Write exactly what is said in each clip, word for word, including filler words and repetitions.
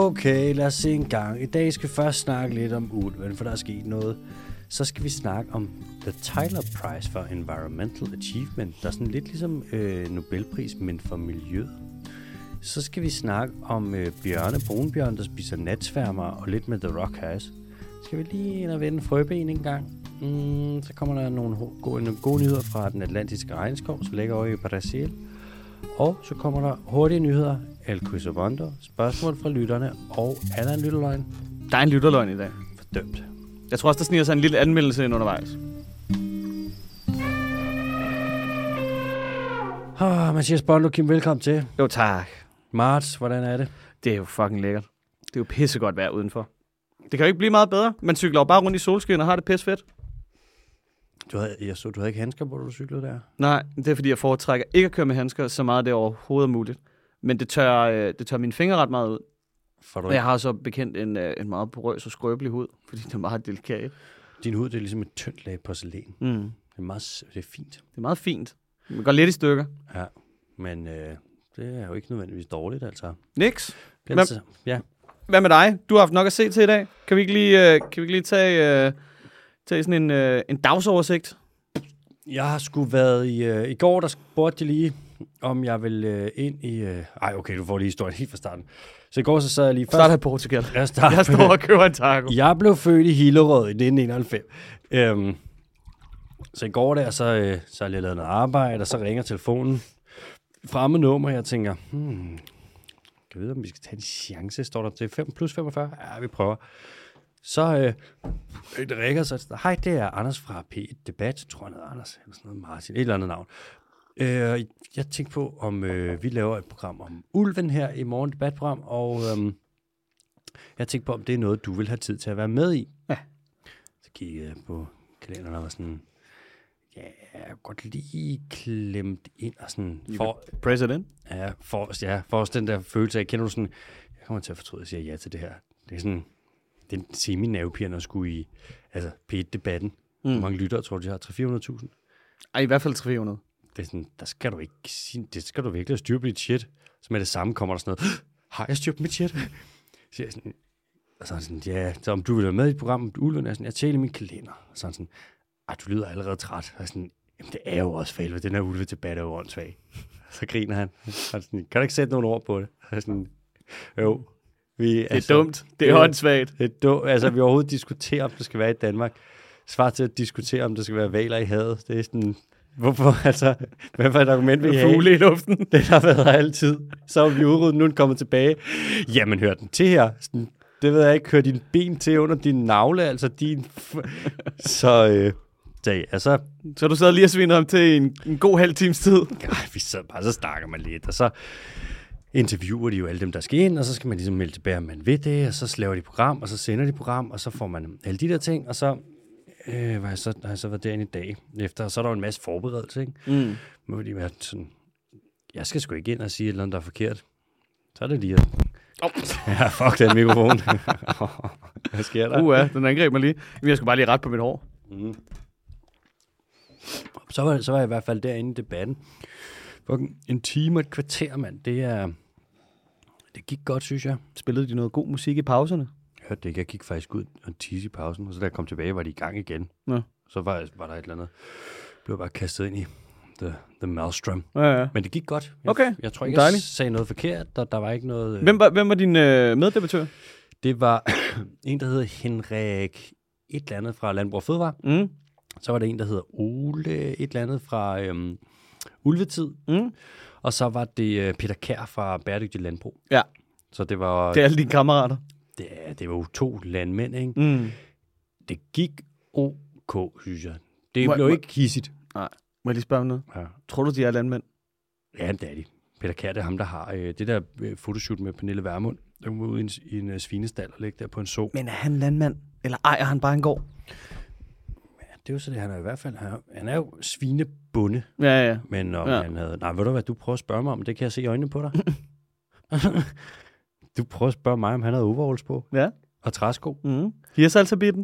Okay, lad os se en gang. I dag skal vi først snakke lidt om ulven, for der er sket noget. Så skal vi snakke om The Tyler Prize for Environmental Achievement. Der er sådan lidt ligesom øh, Nobelpris, men for miljøet. Så skal vi snakke om øh, bjørne, brunbjørn, der spiser natsværmer, og lidt med The Rock House. Skal vi lige ind og vende frøben en gang. Mm, så kommer der nogle gode, nogle gode nyheder fra den atlantiske regnskov, som ligger over i Brasil. Og så kommer der hurtige nyheder, El Quizobondo, spørgsmål fra lytterne, og er der en lytterløgn? Der er en lytterløgn i dag. Fordømt. Jeg tror også, der sniger sig en lille anmeldelse ind undervejs. Oh, Mathias Bondo, Kim, velkommen til. Jo, tak. Marts, hvordan er det? Det er jo fucking lækkert. Det er jo pissegodt vejr udenfor. Det kan jo ikke blive meget bedre. Man cykler jo bare rundt i solskin og har det pisse fedt. Du havde, jeg så, du havde ikke handsker, hvor du cyklede der? Nej, det er fordi, jeg foretrækker ikke at køre med handsker så meget det overhovedet er muligt. Men det tør, øh, det tør mine fingre ret meget ud. For du og jeg har så bekendt en, øh, en meget porøs og skrøbelig hud, fordi det er meget delikat. Din hud, det er ligesom et tyndt lag porcelæn. Mm. Det er meget, det er fint. Det er meget fint. Man går lidt i stykker. Ja, men øh, det er jo ikke nødvendigvis dårligt, altså. Niks. Hvad, ja. Hvad med dig? Du har haft nok at se til i dag. Kan vi ikke lige, øh, kan vi ikke lige tage, øh, tage sådan en, øh, en dagsoversigt? Jeg har sgu været i... Øh, I går, der spurgte jeg lige, om jeg vil øh, ind i... Øh, ej, okay, du får lige historien helt fra starten. Så i går, så sad jeg lige først... Starter i Portugal. Jeg, start, jeg står og køber en taco. Jeg blev født i Hillerød i nitten enoghalvfems. Øhm, så i går der, så, øh, så har jeg lavet noget arbejde, og så ringer telefonen. Fremme nummer, jeg tænker... Hmm, kan jeg vide, om vi skal tage en chance? Står der til fem plus femogfyrre? Ja, vi prøver. Så øh, det ringer så. Hej, det er Anders fra P et Debat. Tror jeg, noget Anders, eller sådan noget Martin, et eller andet navn. Øh, jeg tænkte på, om øh, vi laver et program om ulven her i morgen, debatprogram, og øh, jeg tænkte på, om det er noget, du vil have tid til at være med i. Ja. Så kiggede jeg på kalenderen og var sådan, ja, jeg kan godt lige klemt ind og sådan... For, President? Ja, for, ja, for os den der følelse af, kender du sådan, jeg kommer til at fortryde at sige ja til det her. Det er sådan... Den semi-nervepirrende at skulle i altså P et-debatten. Mm. Hvor mange lyttere tror du, de har? tre hundrede til fire hundrede tusind? Ej, i hvert fald tre hundrede hundrede. Det er sådan, der skal du ikke sige, det skal du virkelig have styr på dit shit. Så med det samme kommer der sådan noget, har jeg styr på mit shit? Så jeg sådan, og så sådan, ja, så om du vil være med i et program om ulven, er sådan, jeg tæller i min kalender. Og så sådan, ej, du lyder allerede træt. Og sådan, jamen det er jo også fejl, den her ulve-debat er jo åndssvag. Så griner han. Og sådan, kan du ikke sætte nogle ord på det? Og sådan, jo. Vi, det er altså, dumt. Det er åndssvagt. Det er dumt. Altså, vi overhovedet diskuterer, om det skal være i Danmark. Svar til at diskutere, om det skal være hvaler i havet. Det er sådan... Hvorfor? Altså, hvad for et argument vil I have? Fugle i luften. Det har været her altid. Så er vi udryddet, nu er den kommet tilbage. Jamen, hør den til her. Sådan, det ved jeg ikke. Hør din ben til under din navle. Altså, din... så... Øh, så, altså, så du sad lige og svinede ham til en, en god halv times tid? Ja, vi sad bare, så snakker man lidt, og så... interviewer de jo alle dem, der skal ind, og så skal man ligesom melde tilbage, om man ved det, og så laver de program, og så sender de program, og så får man alle de der ting, og så, øh, var jeg så har jeg så været derinde i dag efter, og så er der jo en masse forberedelse, ikke? Mm. Må de være sådan, jeg skal sgu ikke ind og sige et eller andet, der er forkert. Så er det lige at... Oh. Ja, fuck den mikrofon. Hvad sker der? Uh, ja, den angreb mig lige. Jeg skal bare lige ret på mit hår. Mm. Så, var, så var jeg i hvert fald derinde i debatten. En time og et kvarter, mand. Det er... Det gik godt, synes jeg. Spillede de noget god musik i pauserne? Jeg hørte det ikke. Jeg gik faktisk ud og tisse i pausen, og så da jeg kom tilbage, var de i gang igen. Ja. Så var, var der et eller andet... Jeg blev bare kastet ind i the, the maelstrom. Ja, ja. Men det gik godt. Jeg, okay. Jeg tror ikke, jeg sagde noget forkert. Der, der var ikke noget... Øh... Hvem var, hvem var din øh, meddebattør? Det var en, der hedder Henrik et eller andet fra Landbrug og Fødevare. Mm. Så var der en, der hedder Ole et eller andet fra... Øhm, Ulvetid. Mm. Og så var det uh, Peter Kjær fra Bæredygtig Landbrug. Ja. Så det var... Det er alle dine kammerater. Det, det var jo to landmænd, ikke? Mm. Det gik ok, synes jeg. Det må, blev må, ikke hissigt. Nej. Må jeg lige spørge om noget? Ja. Tror du, de er landmænd? Ja, det er de. Peter Kjær, det er ham, der har øh, det der øh, fotoshoot med Pernille Vermund. Der var ude i en, i en uh, svinestald og ligge der på en så. Men er han landmand? Eller ejer han bare en gård? Det er jo så det, han er i hvert fald. Han er, han er jo svinebonde. Ja, ja. Men om ja. han havde... Nej, ved du hvad, du prøver at spørge mig om, det kan jeg se i øjnene på dig. Du prøver at spørge mig, om han havde overalls på. Ja. Og træsko. Mm. Hirsalsa-bitten.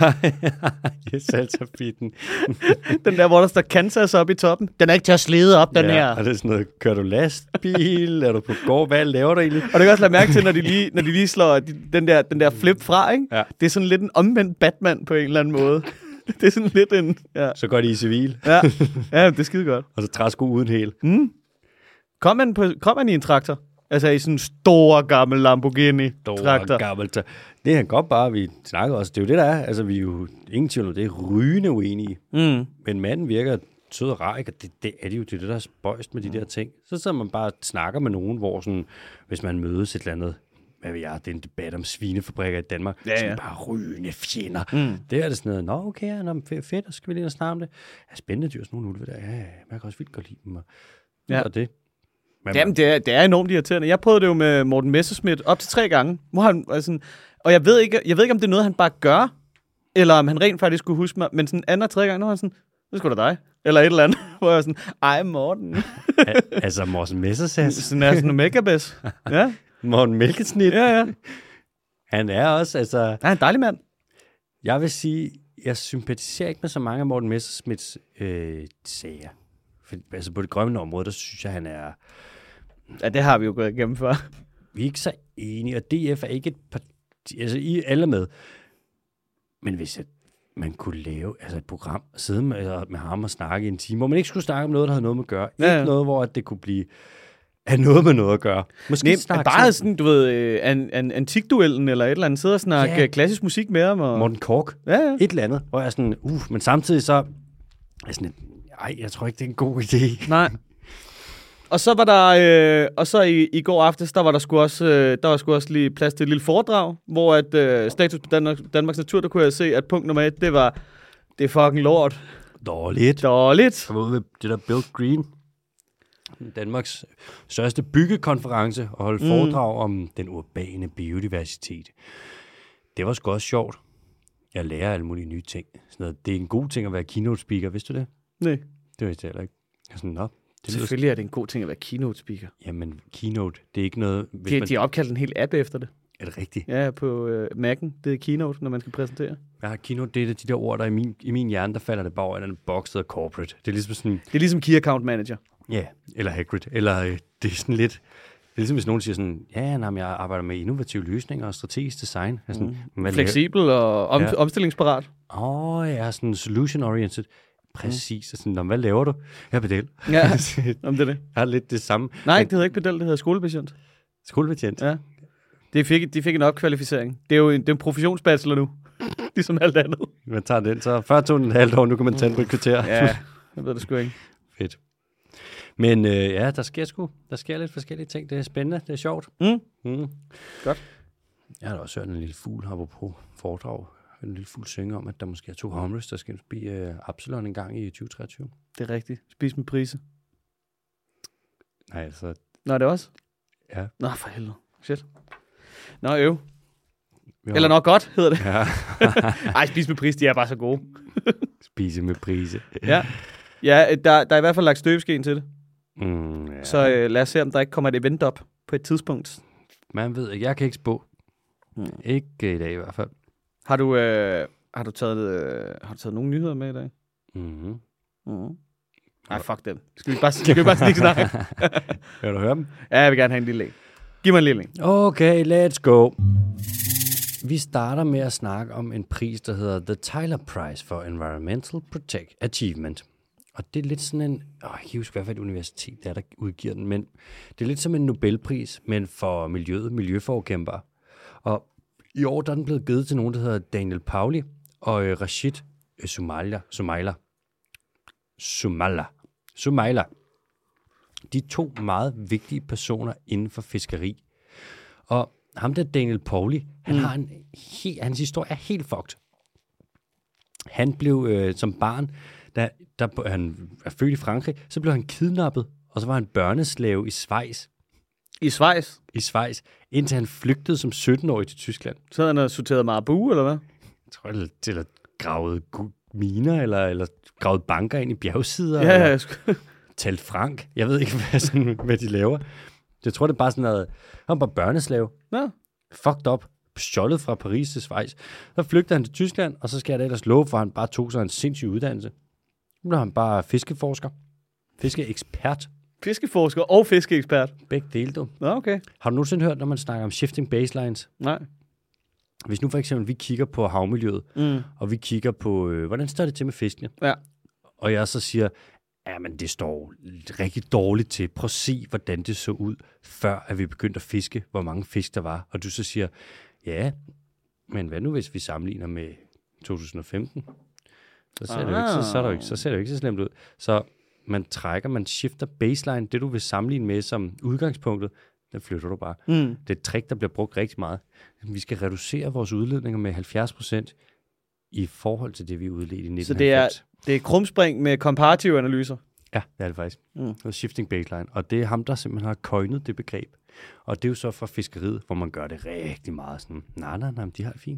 Ja, salsa-bitten. Den der, hvor der står Kansas op i toppen. Den er ikke til at slide op, den ja, her. Og det er sådan noget, kører du lastbil? Er du på gård? Hvad laver du egentlig? Og det kan også lade mærke til, når de lige, når de lige slår de, den, der, den der flip fra, ikke? Ja. Det er sådan lidt en omvendt Batman på en eller anden måde. Det er sådan lidt en... Ja, Så går de i civil. ja. Ja, det er skide godt. Og så træsko uden hæl. Mm. Kom, man på, kom man i en traktor? Altså i sådan en stor, gammel Lamborghini-traktor. Gammelt. Det er godt bare, vi snakker også. Det er jo det, der er. Altså, vi er jo ingen tvivl om det. Er rygende uenige. Mm. Men manden virker sød og rar, ikke? Og det, det er det jo. Det er det, der er spøjst med de der ting. Så sidder man bare og snakker med nogen, hvor sådan, hvis man mødes et eller andet, hvad ved jeg, det er en debat om svinefabrikker i Danmark, ja, ja. så er bare rygende fjender. Mm. Det er det sådan noget, nå okay, ja, nå, fedt, så skal vi lige snakke om det. Ja, spændende dyr, sådan nogle ulve der. Ja, ja, man kan også vildt godt lide dem. Og, ja. og det. Men, Jamen, det er, det er enormt irriterende. Jeg prøvede det jo med Morten Messerschmidt op til tre gange. Hvor han, altså, og jeg ved, ikke, jeg ved ikke, om det er noget, han bare gør, eller om han rent faktisk skulle huske mig. Men sådan anden og tredje gang, nu var han sådan, det er sgu da dig. Eller et eller andet, hvor jeg var sådan, ej Morten. altså Morten Messerschmidt. Sådan er sådan en megabæs. Ja. Morten Mælkesnit. Ja, ja. Han er også, altså... Han er en dejlig mand. Jeg vil sige, jeg sympatiserer ikke med så mange af Morten Messerschmidts øh, sager. For, altså på det grønne område, der synes jeg, han er... Ja, det har vi jo gået igennem før. Vi er ikke så enige, og D F er ikke et parti... Altså, I er alle med. Men hvis jeg, man kunne lave altså et program, sidde med, med ham og snakke i en time, hvor man ikke skulle snakke om noget, der havde noget med at gøre. Ja, ja. Ikke noget, hvor det kunne blive... Have noget med noget at gøre. Måske Nej, snakke bare sådan, du ved, øh, an, an, antikduellen eller et eller andet, sidder og snakke ja. klassisk musik med ham. Og... Morten Kork. Ja, ja. Et eller andet, hvor jeg er sådan, uh, men samtidig så er sådan et, ej, jeg tror ikke, det er en god idé. Nej. Og så var der, øh, og så i, i går aftes, der var der sgu også, øh, der var sgu også lige plads til et lille foredrag, hvor at øh, status på Danmark, Danmarks Natur, der kunne jeg se, at punkt nummer et, det var, det er fucking lort. Dårligt. Dårligt. Jeg var ude ved det der Build Green, Danmarks største byggekonference, og holde mm. foredrag om den urbane biodiversitet. Det var sgu også sjovt. Jeg lærer alle mulige nye ting. Sådan noget. Det er en god ting at være keynote speaker, vidste du det? Nej. Det vidste jeg heller ikke. Jeg sådan, nå. Det Selvfølgelig er det en god ting at være keynote speaker. Jamen, keynote, det er ikke noget... Hvis de, man... de har opkaldt en hel app efter det. Er det rigtigt? Ja, på øh, Mac'en. Det er keynote, når man skal præsentere. Jeg har keynote, det er de der ord, der i min, i min hjerne, der falder det bare over en boks, der corporate. Det er ligesom sådan... Det er ligesom Key Account Manager. Ja, eller Hagrid. Eller øh, det er sådan lidt... Det er ligesom, hvis nogen siger sådan, ja, nej, jeg arbejder med innovative løsninger og strategisk design. Jeg sådan, mm. Fleksibel og om, ja. omstillingsparat. Åh, oh, jeg er sådan solution-oriented. Præcis. Mm. Sådan, hvad laver du? Jeg er pedel. Ja, om det er det. Jeg har lidt det samme. Nej, det hedder ikke pedel, det hedder skolebetjent. Skolebetjent? Ja. De fik, de fik en opkvalificering. Det er jo en, det er en professionsbachelor nu. Ligesom alt andet. Man tager den, så før tog den et halvt år, nu kan man tage den på et kvarter. Ja, jeg ved det sgu ikke. Fedt. Men øh, ja, der sker sgu, der sker lidt forskellige ting. Det er spændende, det er sjovt. Mm. Mm. Godt. Jeg har da også hørt en lille fugl, apropos foredrag. En lille fugl synge om, at der måske er to homeless, der skal blive øh, Absalon en gang i tyve treogtyve. Det er rigtigt. Spis med prise. Nej, altså... Nå, er det også? Ja. Nå, for helvede. Shit. Nå, øv. Jo. Eller nok godt, hedder det. Ja. Ej, spis med prise, de er bare så gode. Spise med prise. Ja, ja der, der er i hvert fald lagt støbeskeen til det. Mm, ja. Så øh, lad os se, om der ikke kommer et event op på et tidspunkt. Man ved ikke, jeg kan ikke spå. Mm. Ikke i dag i hvert fald. Har du, øh, har du, taget, øh, har du taget nogle nyheder med i dag? Mhm. Mhm. Nej, fuck dem. Skal vi bare, skal vi bare snikke snakke? Vil du høre dem? Ja, jeg vil gerne have en lille en. Giv mig en lille en. Okay, let's go. Vi starter med at snakke om en pris, der hedder The Tyler Prize for Environmental Protect Achievement. Og det er lidt sådan en... Åh, jeg kan huske, hvad for et universitet det er, der udgiver den, men det er lidt som en Nobelpris, men for miljøet, miljøforkæmpere. Og i år der er den blevet givet til nogen, der hedder Daniel Pauly og øh, Rashid øh, Sumaila. Sumaila. Sumaila. Sumaila. De er to meget vigtige personer inden for fiskeri. Og ham der Daniel Pauly, han mm. har en he, hans historie er helt fucked. Han blev øh, som barn, da, da han er født i Frankrig, så blev han kidnappet, og så var han børneslave i Schweiz. I Schweiz? I Schweiz, indtil han flygtede som sytten-årig til Tyskland. Så havde han sorteret Marabu, eller hvad? Jeg tror, eller, eller gravet miner, eller, eller gravet banker ind i bjergsider. Ja, eller jeg skulle... talt frank. Jeg ved ikke, hvad, sådan, hvad de laver. Jeg tror, det er bare sådan noget... Han var bare børneslave. Ja. Fucked up. stjålet fra Paris til Schweiz. Så flygter han til Tyskland, og så skal jeg da ellers love for, at han bare tog sig en sindssyg uddannelse. Nu er han bare fiskeforsker. Fiskeekspert. Fiskeforsker og fiskeekspert. Begge dele, du. Nå, okay. Har du nogensinde hørt, når man snakker om shifting baselines? Nej. Hvis nu for eksempel vi kigger på havmiljøet, mm. og vi kigger på, øh, hvordan står det til med fiskene? Ja. Og jeg så siger, ja, men det står rigtig dårligt til. Prøv at se, hvordan det så ud, før at vi begyndte at fiske, hvor mange fisk der var. Og du så siger, ja, men hvad nu, hvis vi sammenligner med to tusind og femten? Så ser, ah. det jo ikke, så, så, er det jo ikke, så ser det jo ikke så slemt ud. Så man trækker, man shifter baseline, det du vil sammenligne med som udgangspunktet, den flytter du bare. Mm. Det er et trick, der bliver brugt rigtig meget. Vi skal reducere vores udledninger med halvfjerds procent i forhold til det, vi udledte i nitten halvfems. Så det er, det er krumspring med komparative analyser? Ja, det er det faktisk. Mm. Det er shifting baseline. Og det er ham, der simpelthen har coinet det begreb. Og det er jo så fra fiskeriet, hvor man gør det rigtig meget sådan, nej, nej, nej, de har det fint.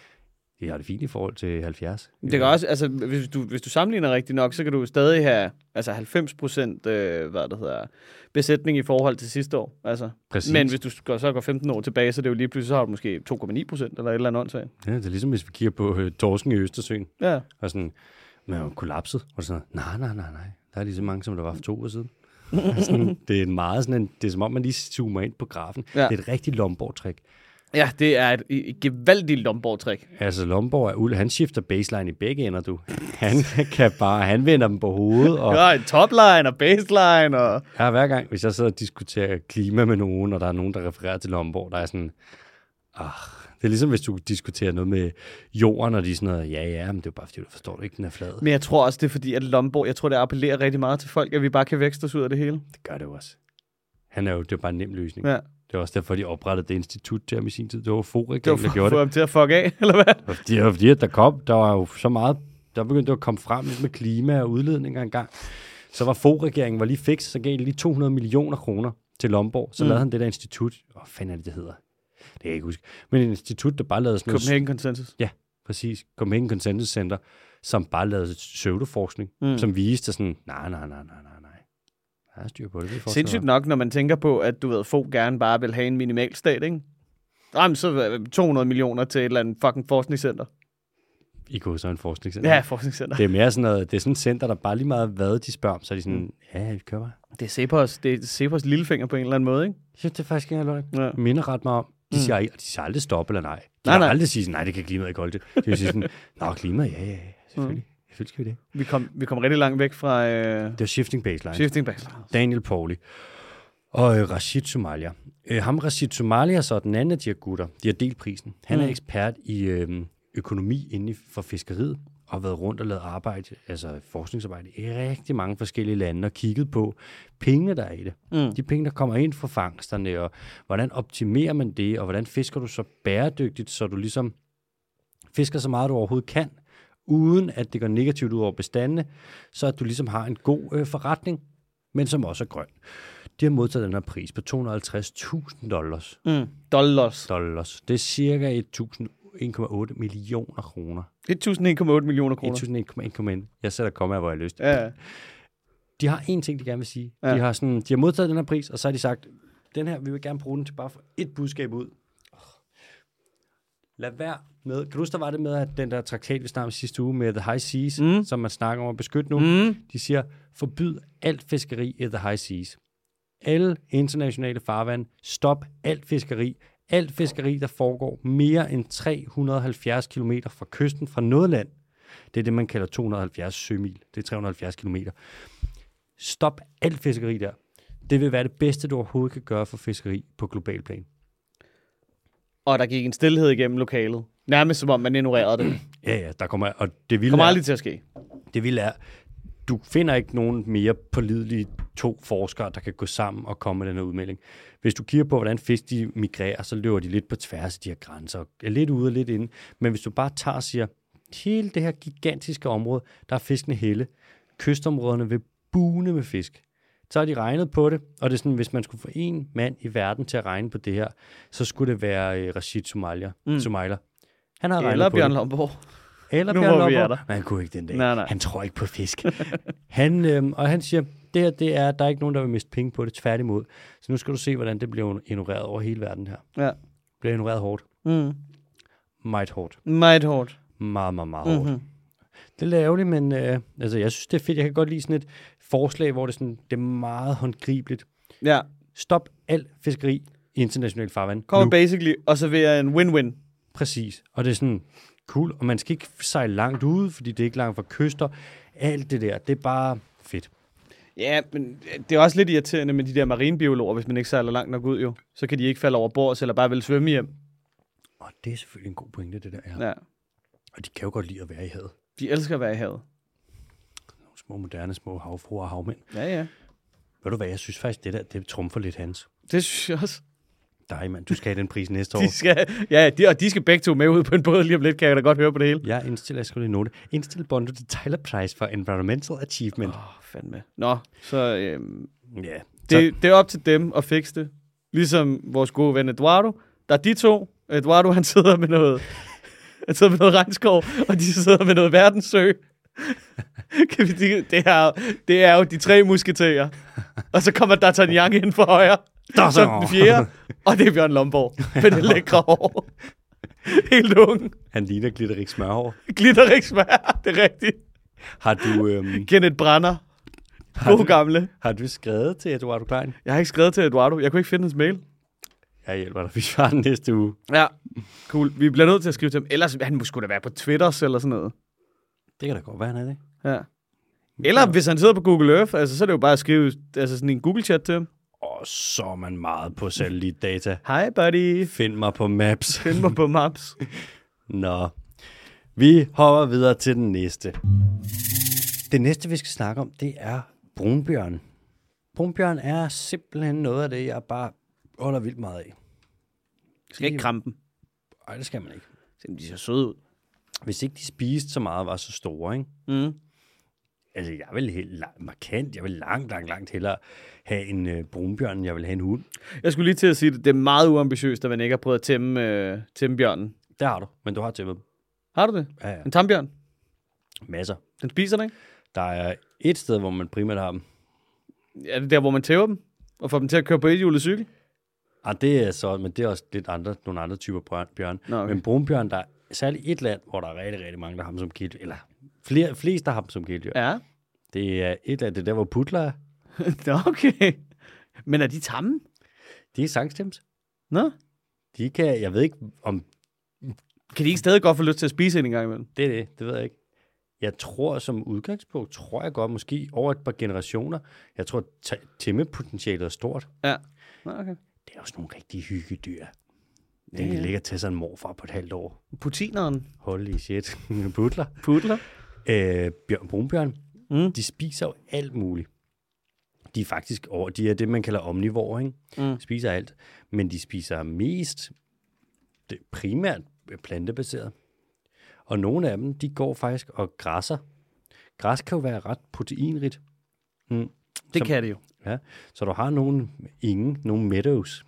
De har det fint i forhold til halvfjerds. Det kan også, altså, hvis du, hvis du sammenligner rigtig nok, så kan du stadig have altså halvfems procent øh, hvad det hedder, besætning i forhold til sidste år. Altså. Men hvis du går, så går femten år tilbage, så er det jo lige pludselig, så har du måske to komma ni procent eller et eller andet åndssvagt. Ja, det er ligesom, hvis vi kigger på øh, torsken i Østersøen. Ja. Og sådan, man er jo kollapset. Og sådan, nej, nej, nej, nej. Der er lige så mange, som der var for to år siden. sådan, det er meget sådan en, det er som om, man lige zoomer ind på grafen. Ja. Det er et rigtig Lomborg-trick. Ja, det er et, et gevaldigt Lomborg-trick. Altså, Lomborg er uld. Han skifter baseline i begge ender, du. Han kan bare, han vender dem på hovedet. Og ja, en topline og baseline. Og ja, hver gang, hvis jeg sidder og diskuterer klima med nogen, og der er nogen, der refererer til Lomborg, der er sådan, ah, det er ligesom, hvis du diskuterer noget med jorden, og de er sådan noget, ja, ja, men det er jo bare, fordi du forstår ikke, den er flad. Men jeg tror også, det er fordi, at Lomborg, jeg tror, det appellerer rigtig meget til folk, at vi bare kan vækste os ud af det hele. Det gør det jo også. Han er jo, det er bare en nem løsning. Ja. Det var også derfor, de oprettede det institut til ham i sin tid. Det var Fogh-regeringen, der gjorde det. Det var for til at fuck af, eller hvad? Det var fordi, det var fordi, at der kom, der var jo så meget, der begyndte at komme frem lidt med klima og udledninger engang. Så var Fogh-regeringen var lige fix, så gav de lige to hundrede millioner kroner til Lomborg. Så mm. lavede han det der institut. Hvad fanden er det, det hedder? Det kan jeg ikke huske. Men et institut, der bare lavede sådan noget... Copenhagen Consensus. Ja, præcis. Copenhagen Consensus Center, som bare lavede pseudoforskning, mm. som viste sådan, nej, nej, nej, nej, nej. Jeg har styr på det. det Sindssygt nok, når man tænker på, at du ved, Fogh gerne bare vil have en minimal stat, ikke? Jamen, så to hundrede millioner til et eller andet fucking forskningscenter. I kunne så en forskningscenter. Ja, forskningscenter. Det er mere sådan noget, det er sådan et center, der bare lige meget hvad de spørger om, så er de sådan, mm. ja, vi kører bare. Det er Cepos, det er Cepos lillefinger på en eller anden måde, ikke? Jeg synes, det er faktisk ikke løgn. Ja. Minder ret mig om. De siger, mm. de siger aldrig stop eller nej. De nej, nej. aldrig sige, nej, det kan klimaet ikke holde det. De vil sige sådan, nå, klimaet, ja, ja, ja, selvfølgelig. Mm. Selvfølgelig skal vi det. Vi kom, vi kom rigtig langt væk fra... Øh... Det var shifting baseline. Shifting baseline. Daniel Pauly. Og øh, Rashid Somalia. Øh, ham Rashid Somalia, så den anden af de her gutter, de har delt prisen. Han mm. er ekspert i øh, økonomi inden for fiskeriet, og har været rundt og lavet arbejde, altså forskningsarbejde i rigtig mange forskellige lande, og kigget på pengene, der er i det. Mm. De penge, der kommer ind fra fangsterne, og hvordan optimerer man det, og hvordan fisker du så bæredygtigt, så du ligesom fisker så meget, du overhovedet kan, uden at det går negativt ud over bestandene, så at du ligesom har en god øh, forretning, men som også er grøn. De har modtaget den her pris på to hundrede og halvtreds tusind dollars. Mm. Dollars. Dollars. Det er cirka en komma otte millioner kroner. et tusind en komma otte millioner kroner? et tusind en komma otte. Jeg sætter komma, hvor jeg har lyst. Ja. De har én ting, de gerne vil sige. Ja. De har, sådan, de har modtaget den her pris, og så har de sagt, den her, vi vil gerne bruge den til bare for et budskab ud. Lad være med. Kan du huske, der var det med, at den der traktat, vi snakkede sidste uge med The High Seas, mm. som man snakker om at beskytte nu, mm. de siger, forbyd alt fiskeri i The High Seas. Alle internationale farvand, stop alt fiskeri. Alt fiskeri, der foregår mere end tre hundrede og halvfjerds kilometer fra kysten fra noget land. Det er det, man kalder to hundrede og halvfjerds sømil. Det er tre hundrede og halvfjerds kilometer. Stop alt fiskeri der. Det vil være det bedste, du overhovedet kan gøre for fiskeri på global plan. Og der gik en stillhed igennem lokalet. Nærmest som om man ignorerede det. Ja, ja, der kommer, og det vil kommer aldrig til at ske. Det vil er, du finder ikke nogen mere pålidelige to forskere, der kan gå sammen og komme med den her udmelding. Hvis du kigger på, hvordan fisk de migrerer, så løber de lidt på tværs af de her grænser, er lidt ude og lidt inde. Men hvis du bare tager og siger, hele det her gigantiske område, der er fiskene hele, kystområderne vil bune med fisk. Så har de regnet på det, og det er sådan, hvis man skulle få en mand i verden til at regne på det her, så skulle det være uh, Rashid Somalia. Mm. Somalia. Han har regnet Eller på Bjørn det. Lomborg. Eller nu Bjørn Lomborg. Men han kunne ikke den dag. Nej, nej. Han tror ikke på fisk. han, øhm, og han siger, det her, det er, der er ikke nogen, der vil miste penge på det, tværtimod. Så nu skal du se, hvordan det bliver ignoreret over hele verden her. Ja. Bliver ignoreret hårdt. Mm. Meget hårdt. Meget hårdt. Meget, meget, meget hårdt. Mm-hmm. Det er lidt ærgerligt, men øh, altså, jeg synes, det er fedt. Jeg kan godt lide sådan et forslag, hvor det, sådan, det er meget håndgribeligt. Ja. Stop al fiskeri i international farvand. Kommer basically og serverer en win-win. Præcis. Og det er sådan cool, og man skal ikke sejle langt ude, fordi det er ikke langt fra kyster. Alt det der, det er bare fedt. Ja, men det er også lidt irriterende med de der marinebiologer, hvis man ikke sejler langt nok ud, jo. Så kan de ikke falde over bord, eller bare vil svømme hjem. Og det er selvfølgelig en god pointe, det der er. Ja. Og de kan jo godt lide at være i havet. De elsker at være i havet. Nogle små, moderne, små havfruer og havmænd. Ja, ja. Ved du hvad, jeg synes faktisk, det der, det trumfer lidt hans. Det synes jeg også. dig, mand. Du skal have den pris næste år. De skal, ja, de, og de skal begge to med ud på en båd lige om lidt, kan jeg da godt høre på det hele. Jeg indstiller, jeg skulle lige note. Indstil Bondo til Tyler Price for Environmental Achievement. Åh, oh, fandme. Nå, så øhm, Ja. det, det er op til dem at fikse det. Ligesom vores gode ven Eduardo. Der er de to. Eduardo, han sidder med noget, han sidder med noget regnskov, og de sidder med noget verdenssø. Kan vi, det, det, er, det er jo de tre musketerer. Og så kommer D'Artagnan ind for højre. Som den fjerde. Og det er Bjørn Lomborg. Med det lækre hår. Helt ung. Han ligner Glitterik Smørhår. Glitterik Smør, det er rigtigt. Har du... Øhm, Kenneth Branner. God gamle. Har du skrevet til Eduardo Klein? Jeg har ikke skrevet til Eduardo. Jeg kunne ikke finde hans mail. Jeg hjælper dig. Vi svarer den næste uge. Ja, cool. Vi bliver nødt til at skrive til ham. Ellers han måske da være på Twitter eller sådan noget. Det kan da godt være, han er det. Ja. Eller hvis han sidder på Google Earth, altså, så er det jo bare at skrive altså sådan en Google-chat til ham. Og så er man meget på satellite data. Hej, buddy. Find mig på Maps. Find mig på Maps. Nå. Vi hopper videre til den næste. Det næste, vi skal snakke om, det er brunbjørn. Brunbjørn er simpelthen noget af det, jeg bare holder vildt meget af. Skal ikke kramme dem. Nej, det skal man ikke. Selvom de ser søde ud. Hvis ikke de spiste så meget, var så store, ikke? Mm. Altså, jeg vil helt langt, markant, jeg vil langt, langt, langt hellere have en øh, brunbjørn, end jeg vil have en hund. Jeg skulle lige til at sige det. Det er meget uambitiøst, at man ikke har prøvet at tæmme, øh, tæmme bjørnen. Det har du, men du har tæmmet dem. Har du det? Ja, ja. En tambjørn? Masser. Den spiser den, ikke? Der er et sted, hvor man primært har dem. Er det der, hvor man tæver dem? Og får dem til at køre på ethjulet cykel? Ah, det er så, men det er også lidt andre, nogle andre typer bjørn. Nå, okay. Men brunbjørn, der er særligt et land, hvor der er rigtig, rigtig mange, der har dem som kæledyr. Eller flere, flest, der har dem som kæledyr. Ja. Det er et land, det er der, hvor putler er. Nå, okay. Men er de tamme? De er sangstemt. Nå. De kan, jeg ved ikke om... Kan de ikke stadig godt få lyst til at spise en gang imellem? Det er det, det ved jeg ikke. Jeg tror som udgangspunkt, tror jeg godt, måske over et par generationer, jeg tror, at tæmmepotentialet er stort. Ja. Nå, okay. Det er også nogle rigtig hyggedyr. Den Ja, kan ja. ligge og tage sig en morfar på et halvt år. Putineren. Holy shit. Putler. Putler. Øh, bjørn, brunbjørn, Mm. de spiser jo alt muligt. De er faktisk over, de er det, man kalder omnivore, ikke? Mm. Spiser alt. Men de spiser mest, det er primært plantebaseret. Og nogle af dem, de går faktisk og græsser. Græs kan jo være ret proteinrigt. Mm. Det Så, kan det jo. ja, så du har nogle ingen, nogle meadows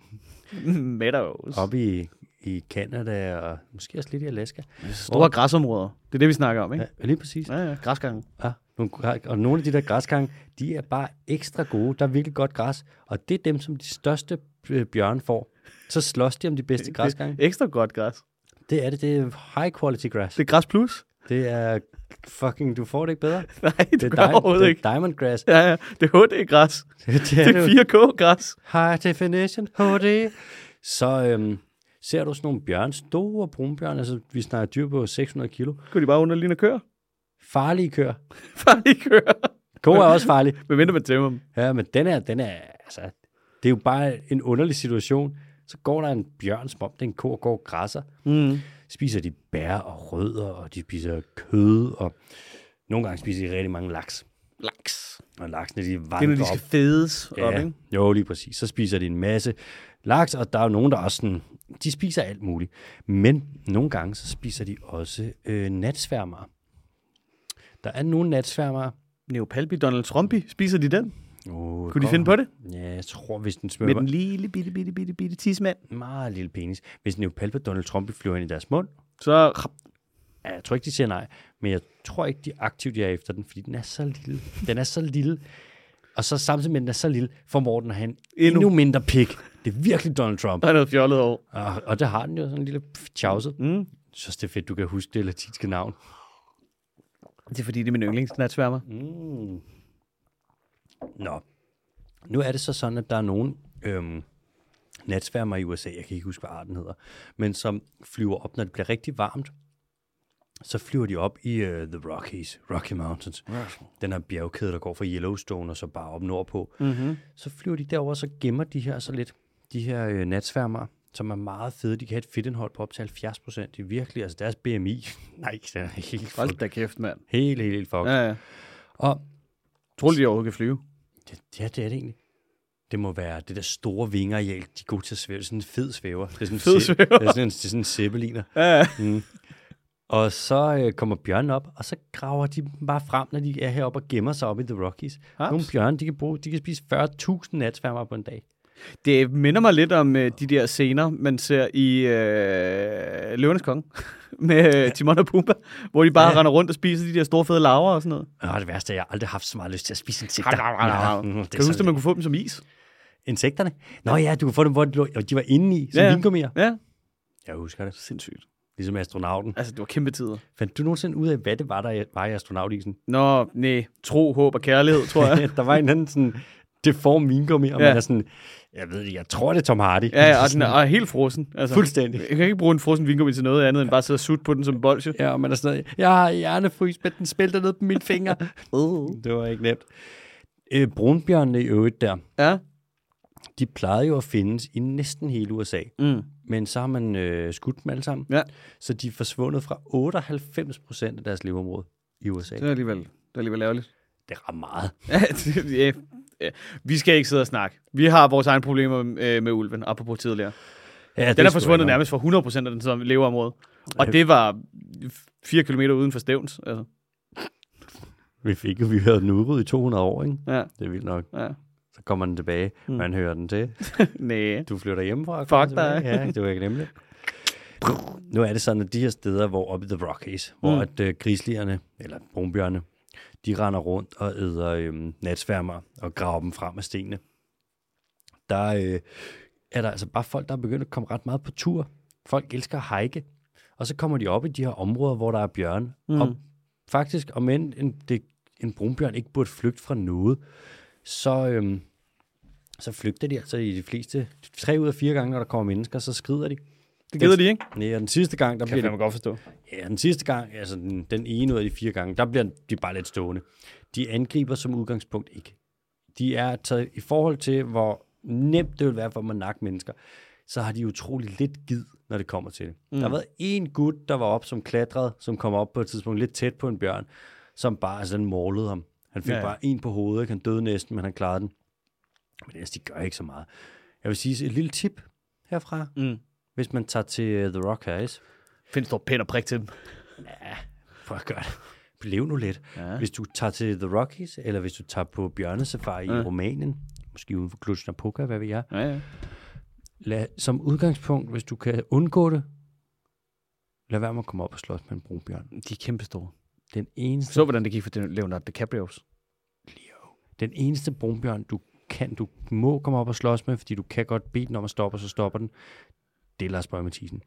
Meadows. oppe i, i Canada og måske også lidt i Alaska. Store græsområder. Det er det, vi snakker om, ikke? Ja, lige præcis. Ja, ja. Græsgangen. Ja, nogle, og nogle af de der græsgange, de er bare ekstra gode. Der er virkelig godt græs, og det er dem, som de største øh, bjørn får. Så slås de om de bedste græsgange. Ekstra godt græs. Det er det, det er high quality grass. Det er græs plus. Det er fucking, du får det ikke bedre. Nej, det, Det gør er, di- overhovedet det ikke. er diamond grass. Ja, ja. Det er H D-græs. Det, Det er fire K-græs. High definition H D. Så øhm, ser du sådan nogle bjørn, store brunbjørn, altså vi snakker dyr på seks hundrede kilo. Kunne de bare under lige køre? Farlige køer. Farlige kører. Gode er også farlige. Hvad mindre man tæmmer dem? Ja, men den er, den er, altså, det er jo bare en underlig situation. Så går der en bjørn, som om den ko går og græsser. Mm. Spiser de bær og rødder, og de spiser kød, og nogle gange spiser de rigtig mange laks. Laks. Og laksene, de vandrer Det er, når de skal op. fedes op, Ja, ikke? jo, lige præcis. Så spiser de en masse laks, og der er jo nogen, der også sådan, de spiser alt muligt. Men nogle gange, så spiser de også øh, natsværmere. Der er nogle natsværmere. Neopalpi, Donald Trumpy, spiser de den? Oh, Kunne de finde på det? Ja, jeg tror, hvis den Med smører den lille, bitte, bitte, bitte, bitte tidsmand. meget lille penis. Hvis den jo palper Donald Trump flyver ind i deres mund, Så ja, jeg tror ikke, de siger nej, men jeg tror ikke, de aktivt er efter den, fordi den er så lille. Den er så lille. Og så samtidig med, at den er så lille, formår den at have en endnu, Endnu. endnu mindre pik. Det er virkelig Donald Trump. Der er noget fjollet over. Og, og der har den jo sådan en lille tjavset. Mm. Jeg synes, det er fedt, du kan huske det latinske navn. Det er fordi, det er min yndlingsnatsværmer. Mm. Nå. Nu er det så sådan, at der er nogen øhm, natsværmer i U S A, jeg kan ikke huske, hvad arten hedder, men som flyver op, når det bliver rigtig varmt. Så flyver de op i uh, The Rockies, Rocky Mountains. Den her bjergkæde, der går fra Yellowstone og så bare op nordpå. Mm-hmm. Så flyver de derover, så gemmer de her så lidt, de her øh, natsværmer, som er meget fede. De kan have et fedtindhold på op til halvfjerds procent. Det er virkelig, altså deres B M I, nej, det er helt Hold fucked. da kæft, mand. Helt, helt, helt fucked. Ja, ja. Og Tror du, de overhovedet kan flyve? det, ja, det er det egentlig. Det må være det der store vingerareal, de er gode til at svæve. Det er sådan en fed svæver. Det er sådan en, Fed se- svæver. Det er sådan en, det er sådan en zeppeliner. Ja, ja. Mm. Og så øh, kommer bjørnen op, og så graver de dem bare frem, når de er heroppe og gemmer sig op i The Rockies. Haps. Nogle bjørne, de kan, bruge, de kan spise fyrre tusind natsværmer på en dag. Det minder mig lidt om øh, de der scener, man ser i øh, Løvernes Konge med øh, Timon og Pumba, hvor de bare Ja. render rundt og spiser de der store fede larver og sådan noget. Og det værste er, at jeg har aldrig haft så meget lyst til at spise insekter. Ja, mm, det er kan du huske, sådan- at man kunne få dem som is? Insekterne? Nå ja, du kunne få dem, hvor de, lå, og de var inde i, som Ja, ja, ja. vingummier. Ja, Jeg husker det. sindssygt. Ligesom astronauten. Altså, det var kæmpe tider. Fandt du nogensinde ud af, hvad det var, der var i astronautisen? Nå, nej. Tro, håb og kærlighed, tror jeg. Der var en anden sådan deform vingummi, og Ja. ja. man er sådan, jeg ved ikke, jeg tror, det er Tom Hardy. Ja, ja, og den er, og er helt frossen. Altså, Fuldstændig. Jeg kan ikke bruge en frossen vingummi til noget andet, end bare sidde og sutte på den som bolsje. Ja, og man er sådan noget, jeg har hjernefrys, men den spælter ned på mine fingre. uh. Det var ikke nemt. Øh, brunbjørnene i øvrigt der, Ja. de plejede jo at findes i næsten hele U S A. Mm. Men så har man øh, skudt dem alle sammen. Ja. Så de er forsvundet fra otteoghalvfems procent af deres leveområde i U S A. Det er alligevel, det er alligevel ærgerligt. Det er ret meget. Ja, det, ja, ja. Vi skal ikke sidde og snakke. Vi har vores egne problemer med, med ulven, apropos tidligere. Ja, Den er forsvundet nærmest fra hundrede procent af den som leveområde. Og det var fire kilometer uden for Stævns. Altså. Vi fik jo, vi hørte den udryddet i to hundrede år, ikke? Ja, Det er vildt nok. ja. Så kommer den tilbage. Mm. Man hører den til. Næh. Du flytter hjemmefra. og Fuck kommer dig. tilbage. Ja, det var ikke nemlig. Nu, nu er det sådan, at de her steder, hvor oppe i The Rockies, hvor Mm. at uh, grislierne, eller brunbjørne, de render rundt og æder øhm, natsværmer og graver dem frem af stenene. Der øh, er der altså bare folk, der er begyndt at komme ret meget på tur. Folk elsker at hike. Og så kommer de op i de her områder, hvor der er bjørne. Mm. Og faktisk, om end en, det, en brunbjørn ikke burde flygte fra noget, så, øhm, så flygter de altså i de fleste, tre ud af fire gange, når der kommer mennesker, så skrider de. Det gider de, ikke? Nej, og den sidste gang, der Kan bliver jeg de, godt forstå. ja, den sidste gang, altså den, den ene ud af de fire gange, der bliver de bare lidt stående. De angriber som udgangspunkt ikke. De er taget, i forhold til, hvor nemt det vil være for dem at nakke mennesker, så har de utrolig lidt gid, når det kommer til det. Mm. Der har været en gut, der var op, som klatrede, som kom op på et tidspunkt lidt tæt på en bjørn, som bare altså, den målede ham. Han fik Ja, ja, ja. bare en på hovedet, ikke? Han døde næsten, men han klarede den. Men ellers, de gør ikke så meget. Jeg vil sige et lille tip herfra, Mm. hvis man tager til uh, The Rockies. Find stor pind og prik til dem. Prøv at gøre det. Lev nu lidt. Ja. Hvis du tager til The Rockies, eller hvis du tager på bjørnesafari Ja. i Rumænien, måske uden for Cluj-Napoca, hvad ved jeg, Ja, ja. lad, som udgangspunkt, hvis du kan undgå det, lad være med at komme op og slås med en brunbjørn. De er kæmpe store. Den eneste, Så hvordan det gik for den Leonardo DiCaprios. den eneste brunbjørn, du kan, du må komme op og slås med, fordi du kan godt bede den om at stoppe, og så stopper den. Det er Lars Bøje Mathisen.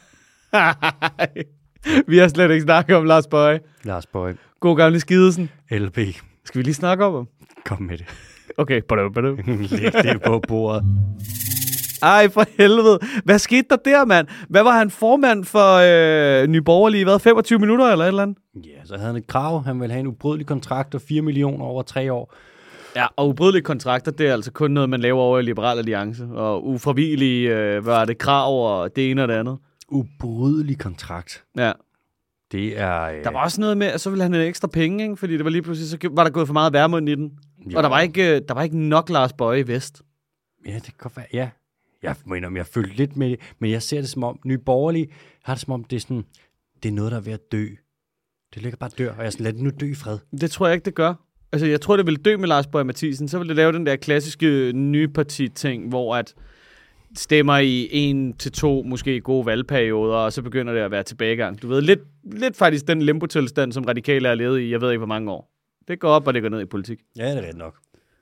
Vi har slet ikke snakket om Lars Bøje. Lars Bøje, God gamle Skidesen. L B, Skal vi lige snakke om ham? kom med det. Okay, badum, badum. Læg det på bordet. Ej, for helvede. Hvad skete der der, mand? Hvad var han formand for øh, Nye Borgerlige? Hvad, femogtyve minutter eller et eller andet? Ja, så havde han et krav. Han ville have en ubrydelig kontrakt og fire millioner over tre år. Ja, og ubrydelige kontrakter, det er altså kun noget, man laver over i Liberal Alliance. Og ufravigelige, øh, hvad er det, krav og det ene og det andet. Ubrydelig kontrakt. Ja. Det er... Øh, Der var også noget med, at så ville han have ekstra penge, ikke? Fordi det var lige pludselig, så var der gået for meget værmund i den. jo, Og der var, ikke, øh, der var ikke nok Lars Bøje i Vest. Ja, det kan godt være. Ja. Jeg mener, jeg følte lidt med det, men jeg ser det som om, Nye Borgerlige har det som om, det er sådan, det er noget, der er ved at dø. Det ligger bare dør, og jeg er sådan, lad det nu dø i fred. Det tror jeg ikke, det gør. Altså, jeg tror, det ville dø med Lars Bøje Mathisen. Så ville det lave den der klassiske nye parti-ting, hvor at stemmer i en til to måske gode valgperioder, og så begynder det at være tilbagegang. Du ved, lidt, lidt faktisk den limbo-tilstand, som radikale er levet i, jeg ved ikke hvor mange år. Det går op, og det går ned i politik. Ja, det er ret nok.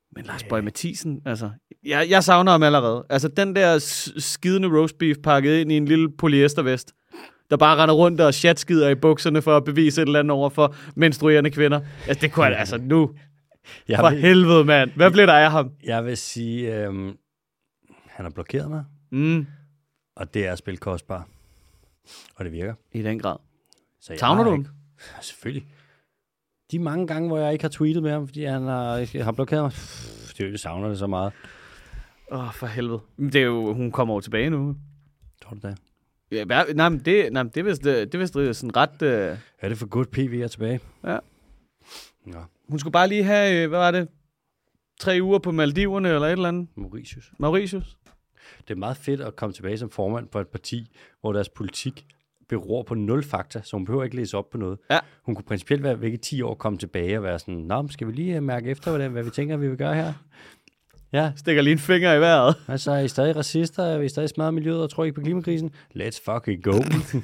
Men Lars Boje Mathiesen, altså... Jeg, jeg savner ham allerede. Altså, den der skidende roast beef pakket ind i en lille polyestervest, der bare render rundt og chatskider i bukserne for at bevise et eller andet over for menstruerende kvinder. Altså, det kunne han altså nu. Jeg for vil, helvede, mand. Hvad bliver der af ham? Jeg vil sige, øhm, han har blokeret mig. Mm. Og det er at spille kostbar. Og det virker. I den grad. Så Tavner du ham? Ja, selvfølgelig. De mange gange, hvor jeg ikke har tweetet med ham, fordi han har, har blokeret mig. Pff, det er jo, det savner det så meget. Åh, oh, for helvede. Det er jo, hun kommer over tilbage nu. Tror du det? Ja, nej, men det, nej, det er vist, det er vist sådan ret... Uh... Er det for godt P V er tilbage? Ja. Nå. Hun skulle bare lige have, hvad var det? Tre uger på Maldiverne eller et eller andet? Mauritius. Mauritius. Det er meget fedt at komme tilbage som formand for et parti, hvor deres politik beror på nul fakta, så hun behøver ikke læse op på noget. Ja. Hun kunne principielt være væk i ti år, komme tilbage og være sådan, nå, skal vi lige mærke efter, hvad, det, hvad vi tænker, vi vil gøre her? Ja. Stikker lige en finger i vejret. Altså, er I stadig racister? Er I stadig smadret miljøet og tror ikke på klimakrisen? Let's fucking go.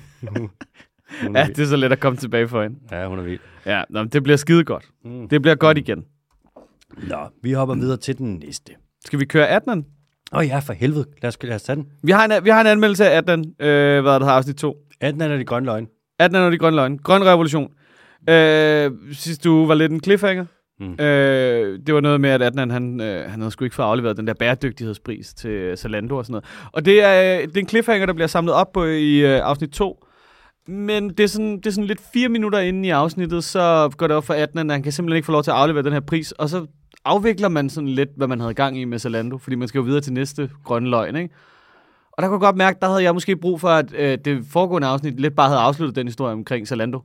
Ja, det er så let at komme tilbage for hende. Ja, hun er vild. Ja, nå, det bliver skide godt. Mm. Det bliver godt igen. Nå, vi hopper videre til den næste. Skal vi køre attenden? Åh oh ja, for helvede. Lad os, lad os tage den. Vi har en, vi har en anmeldelse af attenden, øh, hvad der har afsnit to. attenden er de grønne løgne. attenden er de grønne løgne. Grøn revolution. Øh, sidste uge var lidt en cliffhanger. Mm. Øh, det var noget med, at attenden, han, øh, han havde sgu ikke fået afleveret den der bæredygtighedspris til Zalando og sådan noget. Og det er, det er en cliffhanger, der bliver samlet op på i øh, afsnit to. Men det er, sådan, det er sådan lidt fire minutter inde i afsnittet, så går det op for attenden, at han kan simpelthen ikke få lov til at aflevere den her pris. Og så afvikler man sådan lidt, hvad man havde gang i med Zalando, fordi man skal jo videre til næste grønne løgn, ikke? Og der kunne jeg godt mærke, der havde jeg måske brug for, at øh, det foregående afsnit lidt bare havde afsluttet den historie omkring Zalando.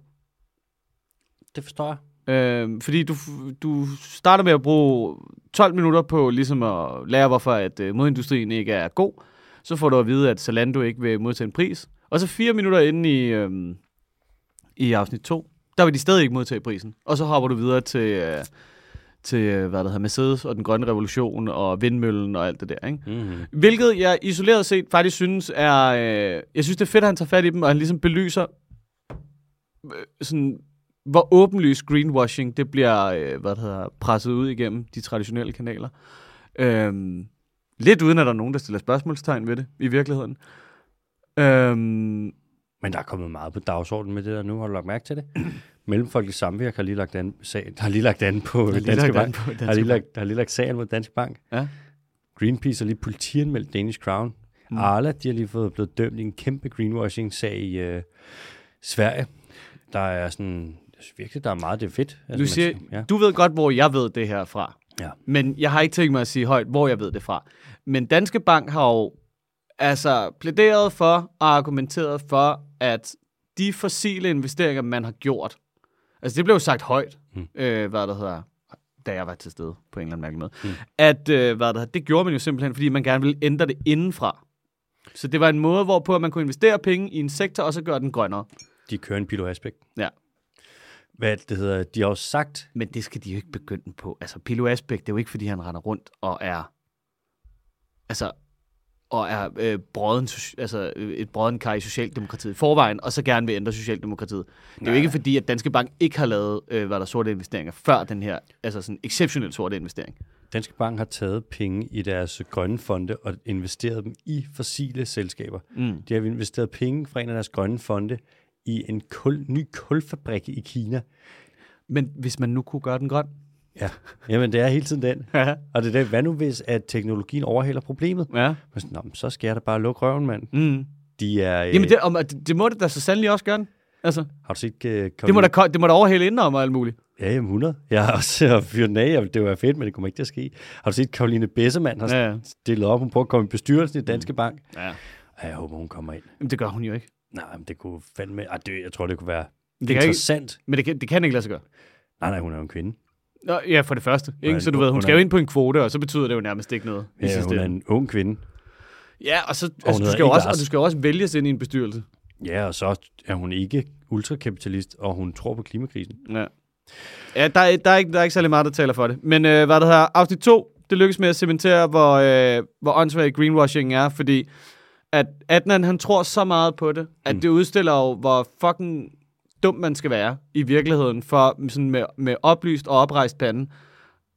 Det forstår jeg. Øh, fordi du, du starter med at bruge tolv minutter på ligesom at lære, hvorfor at øh, modindustrien ikke er god. Så får du at vide, at Zalando ikke vil modtage en pris. Og så fire minutter inde i, øh, i afsnit to, der vil de stadig ikke modtage prisen. Og så hopper du videre til, øh, til hvad der hedder, Mercedes og den grønne revolution og vindmøllen og alt det der, ikke? Mm-hmm. Hvilket jeg isoleret set faktisk synes er... Øh, jeg synes, det er fedt, at han tager fat i dem, og han ligesom belyser øh, sådan... hvor åbenlyst greenwashing, det bliver øh, hvad det hedder, presset ud igennem de traditionelle kanaler. Øhm, lidt uden, at der er nogen, der stiller spørgsmålstegn ved det, i virkeligheden. Øhm, Men der er kommet meget på dagsordenen med det der nu. Har du lagt mærke til det? Mellemfolkelig Samvirke har lige lagt an, sag, har lige lagt an på Danske lagt Bank. an på Danske har, lige Bank. lagt, har lige lagt sagen mod Danske Bank. Ja. Greenpeace har lige politianmeldt Danish Crown. Mm. Arla, de har lige fået blevet dømt i en kæmpe greenwashing-sag i øh, Sverige. Der er sådan... Jeg synes virkelig, der er meget, det er fedt. Altså, du, siger, man, ja. du ved godt, hvor jeg ved det her fra. Ja. Men jeg har ikke tænkt mig at sige højt, hvor jeg ved det fra. Men Danske Bank har jo altså plæderet for og argumenteret for, at de fossile investeringer, man har gjort, altså det blev jo sagt højt, mm. øh, hvad der hedder, da jeg var til stede på en eller anden mærkelig måde, mm. at øh, hvad der hedder, det gjorde man jo simpelthen, fordi man gerne ville ændre det indenfra. Så det var en måde, hvorpå man kunne investere penge i en sektor, og så gøre den grønnere. De kører en piloaspekt. Ja. Hvad det hedder, de har jo sagt... Men det skal de jo ikke begynde på. Altså, Pilo Asbæk, det er jo ikke, fordi han render rundt og er... Altså, og er øh, brøden, altså, et brøden kar i Socialdemokratiet i forvejen, og så gerne vil ændre Socialdemokratiet. Det er Nej. jo ikke, fordi at Danske Bank ikke har lavet, øh, hvad der sorte investeringer, før den her, altså sådan exceptionelt sorte investering. Danske Bank har taget penge i deres grønne fonde og investeret dem i fossile selskaber. Mm. De har investeret penge fra en af deres grønne fonde i en kul, ny kulfabrik i Kina. Men hvis man nu kunne gøre den grøn? Ja, jamen det er hele tiden den. Og det er det, hvad nu hvis, at teknologien overhælder problemet? Ja. Sådan, Nå, så skal jeg da bare lukke røven, mand. Mm. De er... Øh... Jamen det, om, det, det må det da så sandelig også gøre. Altså. Har du set... Øh, det, må da, det må da overhælde indenom og alt muligt. Ja, jamen hundrede. Jeg har også fyret den af, det var fedt, men det kommer ikke til at ske. Har du set, Caroline Bessemann har ja, ja. stillet op, hun på at komme i bestyrelsen i Danske Bank? Ja. Og jeg håber, hun kommer ind. Jamen det gør hun jo ikke. Nej, men det kunne fandme... Ah, det, jeg tror, det kunne være det interessant. Ikke, men det kan, det kan ikke lade sig gøre. Nej, nej, hun er jo en kvinde. Nå, ja, for det første. Ikke? Så du ved, hun skal jo ind på en kvote, og så betyder det jo nærmest ikke noget. Ja, hun er en ung kvinde. Ja, og, så, og, altså, du skal jo også, og du skal jo også vælges ind i en bestyrelse. Ja, og så er hun ikke ultrakapitalist, og hun tror på klimakrisen. Ja, ja der, er, der, er ikke, der er ikke særlig meget, der taler for det. Men øh, hvad der hedder, afsnit to, det lykkes med at cementere, hvor, øh, hvor åndssvagt greenwashing er, fordi at Adnan, han tror så meget på det, at mm. det udstiller jo, hvor fucking dum man skal være i virkeligheden, for sådan med, med oplyst og oprejst pande,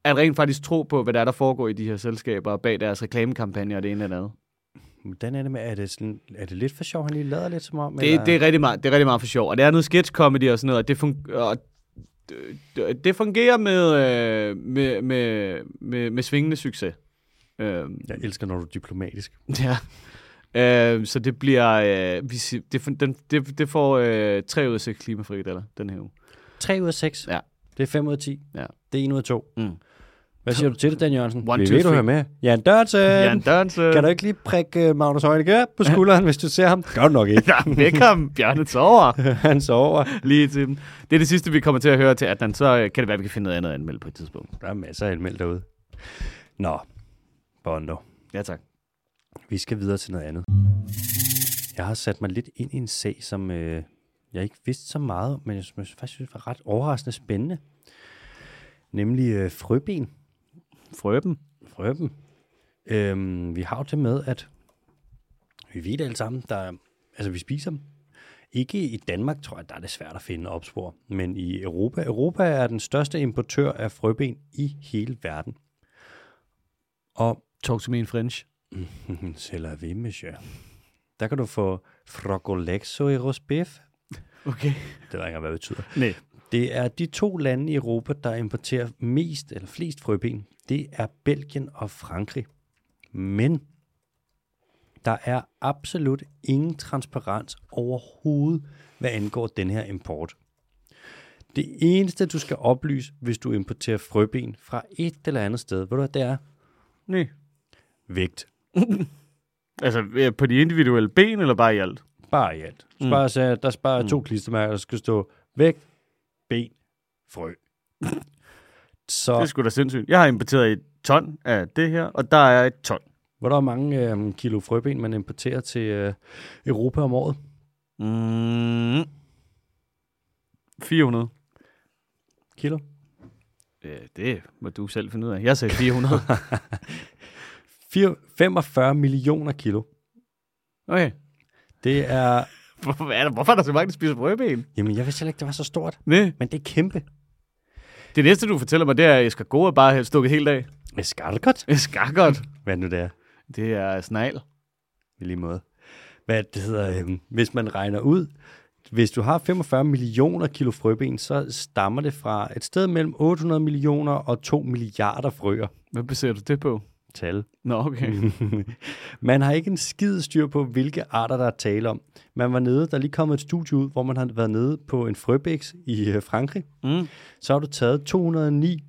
at rent faktisk tro på, hvad der er, der foregår i de her selskaber, bag deres reklamekampagner og det ene eller andet. Hvordan er det med, er det, sådan, er det lidt for sjov, han lige lader lidt som om? Det, det, er rigtig meget, det er rigtig meget for sjov, og det er noget sketch-comedy og sådan noget, og det, fun- og det, det fungerer med, øh, med, med, med, med svingende succes. Øh, Jeg elsker, når du er diplomatisk. ja. Øh, så det bliver, øh, vi siger, det, den, det, det får øh, tre ud af seks klimafrikadeller, den her uge. tre ud af seks? Ja. Det er fem ud af ti? Ja. Det er en ud af to? Mm. Hvad siger du til det, Dan Jørgensen? One, Vi two, ved, du three. hører med. Jan Dørnsen! Jan Dørnsen! Kan du ikke lige prikke uh, Magnus Heunicke på skulderen, hvis du ser ham? Gør du nok ikke. Ja, velkommen, Bjarne sover. Han sover. Lige til dem. Det er det sidste, vi kommer til at høre til Adnan, så kan det være, at vi kan finde noget andet at anmelde på et tidspunkt. Der er masser af anmeldt derude. Nå, Bondo. Ja, tak. Vi skal videre til noget andet. Jeg har sat mig lidt ind i en sag, som øh, jeg ikke vidste så meget om, men jeg synes, faktisk synes, var ret overraskende spændende. Nemlig øh, frøben. Frøben. Frøben. Øhm, vi har jo det med, at vi ved det alle sammen, der, altså vi spiser dem. Ikke i Danmark, tror jeg, der er det svært at finde opspor, men i Europa. Europa er den største importør af frøben i hele verden. Og Talk to me in French. c'est la vie, monsieur. Der kan du få frogolexo i rosbif. Okay. Det ved ikke, hvad det betyder. Nej. Det er de to lande i Europa, der importerer mest eller flest frøben. Det er Belgien og Frankrig. Men der er absolut ingen transparens overhovedet, hvad angår den her import. Det eneste, du skal oplyse, hvis du importerer frøben fra et eller andet sted, ved du hvad det er? Nej. Vægt. Altså på de individuelle ben, eller bare i alt? Bare i alt. Mm. Bare så, der sparer mm. to klistermærker, der skal stå vægt, ben, frø. Så Det er sgu da sindssygt. Jeg har importeret et ton af det her, og der er et ton. hvor der er mange øh, kilo frøben, man importerer til øh, Europa om året. Mm. fire hundrede. Kilo? Ja, det må du selv finde ud af. Jeg sagde fire hundrede. femogfyrre millioner kilo. Okay. Det er... Hvorfor er der, hvorfor er der så mange, der spiser frøben? Jamen, jeg vidste heller ikke, det var så stort. Nej. Men det er kæmpe. Det næste, du fortæller mig, det er, at escargot er bare helt stukket helt af. Escargot? Escargot. Hvad nu det er? Det er snegl. I lige måde. Hvad det hedder, øhm, hvis man regner ud, hvis du har femogfyrre millioner kilo frøben, så stammer det fra et sted mellem otte hundrede millioner og to milliarder frøer. Hvad baserer du det på? Tal. Nå, okay. Man har ikke en skid styr på, hvilke arter, der er tale om. Man var nede, der er lige kommet et studie ud, hvor man har været nede på en frøbæks i øh, Frankrig. Mm. Så har du taget to hundrede og ni